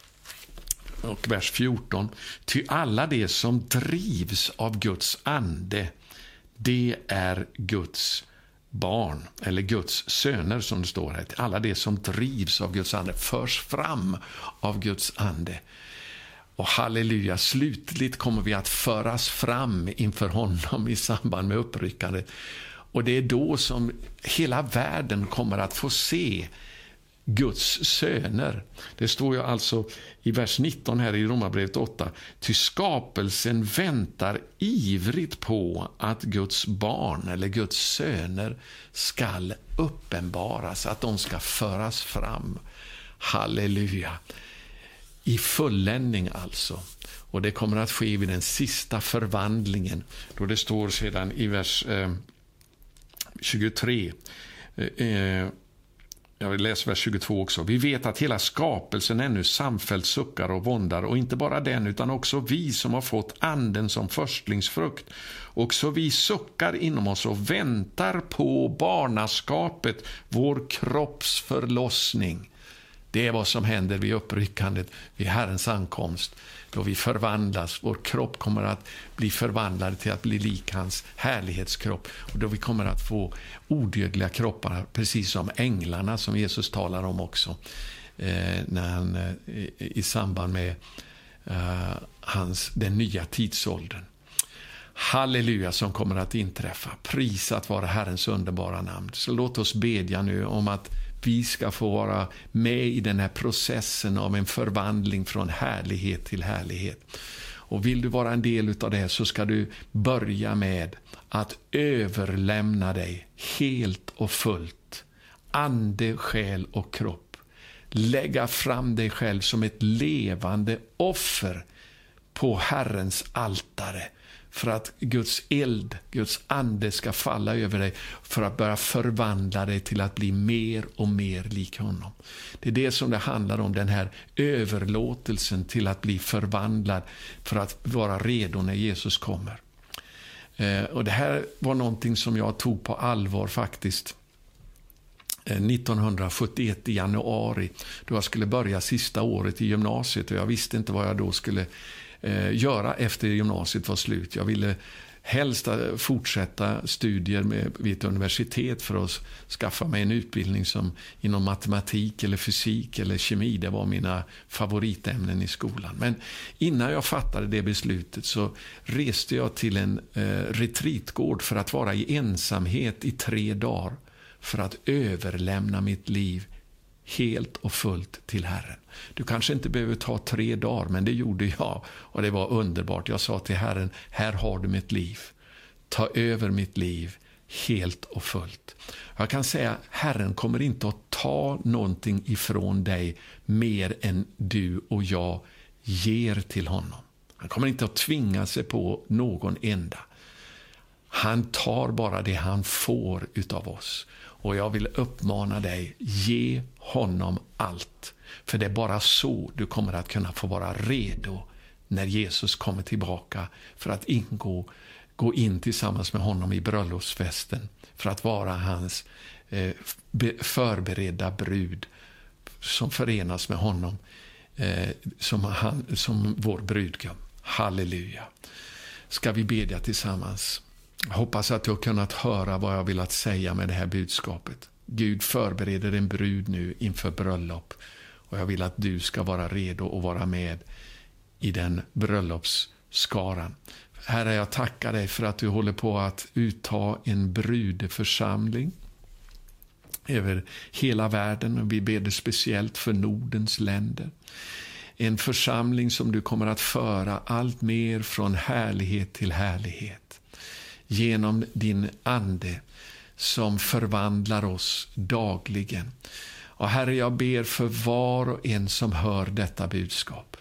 och vers fjorton: ty alla det som drivs av Guds ande, det är Guds barn, eller Guds söner som det står här. Alla det som drivs av Guds ande förs fram av Guds ande. Och halleluja, slutligt kommer vi att föras fram inför honom i samband med uppryckandet. Och det är då som hela världen kommer att få se Guds söner. Det står ju alltså i vers nitton här i Romarbrevet åtta. Ty skapelsen väntar ivrigt på att Guds barn eller Guds söner skall uppenbaras, att de ska föras fram. Halleluja. I fulländning alltså. Och det kommer att ske vid den sista förvandlingen. Då det står sedan i vers eh, tjugotre. Eh, jag vill läsa vers tjugotvå också. Vi vet att hela skapelsen ännu samfällt suckar och våndar. Och inte bara den utan också vi som har fått anden som förstlingsfrukt. Också vi suckar inom oss och väntar på barnaskapet, vår kropps förlossning. Det är vad som händer vid uppryckandet, vid Herrens ankomst. Då vi förvandlas, vår kropp kommer att bli förvandlad till att bli lik hans härlighetskropp. Och då vi kommer att få odödliga kroppar, precis som änglarna som Jesus talar om också. Eh, när han, eh, i samband med eh, hans, den nya tidsåldern. Halleluja som kommer att inträffa. Prisat vara Herrens underbara namn. Så låt oss bedja nu om att vi ska få vara med i den här processen av en förvandling från härlighet till härlighet. Och vill du vara en del av det så ska du börja med att överlämna dig helt och fullt. Ande, själ och kropp. Lägga fram dig själv som ett levande offer på Herrens altare. För att Guds eld, Guds ande ska falla över dig för att börja förvandla dig till att bli mer och mer lik honom. Det är det som det handlar om, den här överlåtelsen till att bli förvandlad för att vara redo när Jesus kommer. Eh, och det här var någonting som jag tog på allvar faktiskt eh, nittonhundrasjuttioett i januari då jag skulle börja sista året i gymnasiet och jag visste inte vad jag då skulle göra efter gymnasiet var slut. Jag ville helst fortsätta studier med, vid ett universitet för att skaffa mig en utbildning som inom matematik eller fysik eller kemi. Det var mina favoritämnen i skolan. Men innan jag fattade det beslutet så reste jag till en eh, retreatgård för att vara i ensamhet i tre dagar för att överlämna mitt liv helt och fullt till Herren. Du kanske inte behöver ta tre dagar, men det gjorde jag och det var underbart. Jag sa till Herren, här har du mitt liv. Ta över mitt liv helt och fullt. Jag kan säga, Herren kommer inte att ta någonting ifrån dig mer än du och jag ger till honom. Han kommer inte att tvinga sig på någon enda. Han tar bara det han får utav oss. Och jag vill uppmana dig, ge honom allt. För det är bara så du kommer att kunna få vara redo när Jesus kommer tillbaka för att ingå, gå in tillsammans med honom i bröllopsfesten. För att vara hans eh, förberedda brud som förenas med honom eh, som, han, som vår brudgum. Halleluja. Ska vi bedja tillsammans? Jag hoppas att du har kunnat höra vad jag vill att säga med det här budskapet. Gud förbereder en brud nu inför bröllop. Och jag vill att du ska vara redo att vara med i den bröllopsskaran. Herre, jag tackar dig för att du håller på att utta en brudförsamling över hela världen. Och vi ber det speciellt för Nordens länder. En församling som du kommer att föra allt mer från härlighet till härlighet. Genom din ande som förvandlar oss dagligen. Och Herre, jag ber för var och en som hör detta budskap.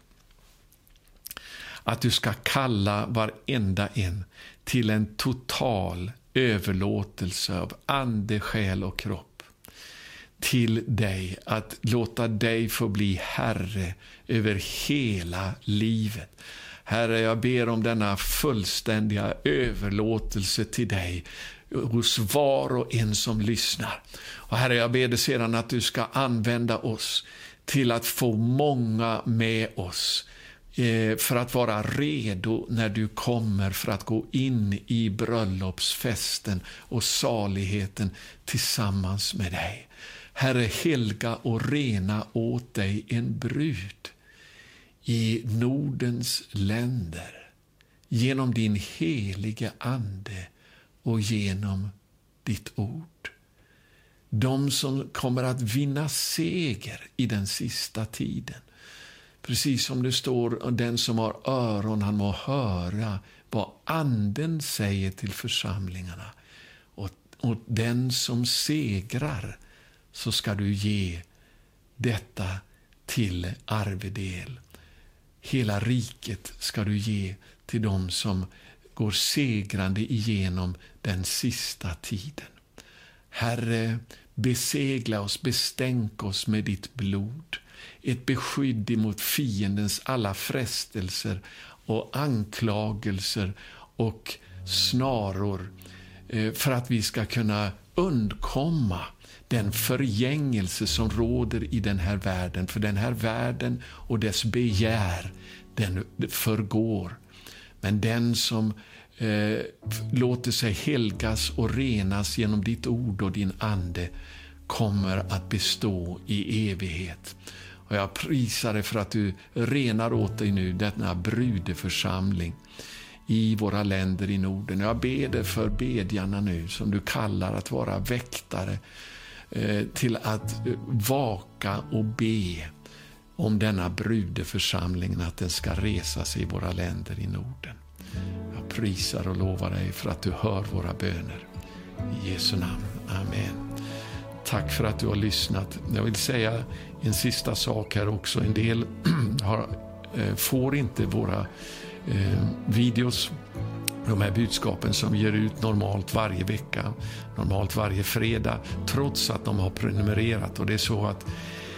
Att du ska kalla varenda en till en total överlåtelse av ande, själ och kropp. Till dig, att låta dig få bli herre över hela livet. Herre, jag ber om denna fullständiga överlåtelse till dig hos var och en som lyssnar. Och Herre, jag ber dig sedan att du ska använda oss till att få många med oss eh, för att vara redo när du kommer för att gå in i bröllopsfesten och saligheten tillsammans med dig. Herre, helga och rena åt dig en brud i Nordens länder genom din heliga ande och genom ditt ord. De som kommer att vinna seger i den sista tiden. Precis som det står, den som har öron, han må höra vad anden säger till församlingarna. Och, och den som segrar, så ska du ge detta till arvedel. Hela riket ska du ge till dem som går segrande igenom den sista tiden. Herre, besegla oss, bestänk oss med ditt blod. Ett beskydd emot fiendens alla frestelser och anklagelser och snaror, för att vi ska kunna undkomma den förgängelse som råder i den här världen. För den här världen och dess begär, den förgår. Men den som eh, låter sig helgas och renas genom ditt ord och din ande kommer att bestå i evighet. Och jag prisar dig för att du renar åt dig nu denna brudeförsamling i våra länder i Norden. Jag ber dig för bedjarna nu som du kallar att vara väktare, eh, till att vaka och be om denna brudeförsamling, att den ska resa sig i våra länder i Norden. Jag prisar och lovar dig för att du hör våra böner. I Jesu namn. Amen. Tack för att du har lyssnat. Jag vill säga en sista sak här också. En del har, eh, får inte våra eh, videos, de här budskapen som vi ger ut normalt varje vecka, normalt varje fredag, trots att de har prenumererat. Och det är så att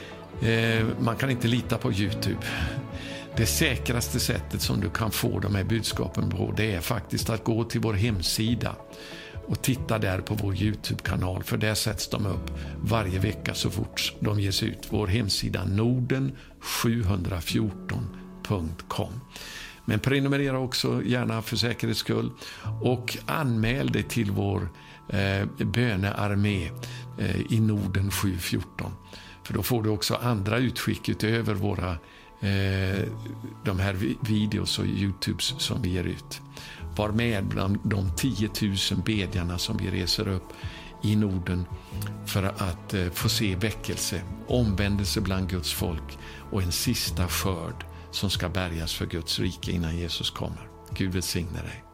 eh, man kan inte lita på YouTube. Det säkraste sättet som du kan få de här budskapen på, det är faktiskt att gå till vår hemsida och titta där på vår YouTube-kanal, för där sätts de upp varje vecka så fort de ges ut. Vår hemsida norden sju fjorton punkt com. Men prenumerera också gärna för säkerhets skull och anmäl dig till vår eh, bönearmé eh, i Norden sju fjorton. För då får du också andra utskick utöver våra eh, de här videos och YouTubes som vi ger ut. Var med bland de tio tusen bedjarna som vi reser upp i Norden för att eh, få se väckelse, omvändelse bland Guds folk och en sista skörd som ska bärgas för Guds rike innan Jesus kommer. Gud välsigne dig.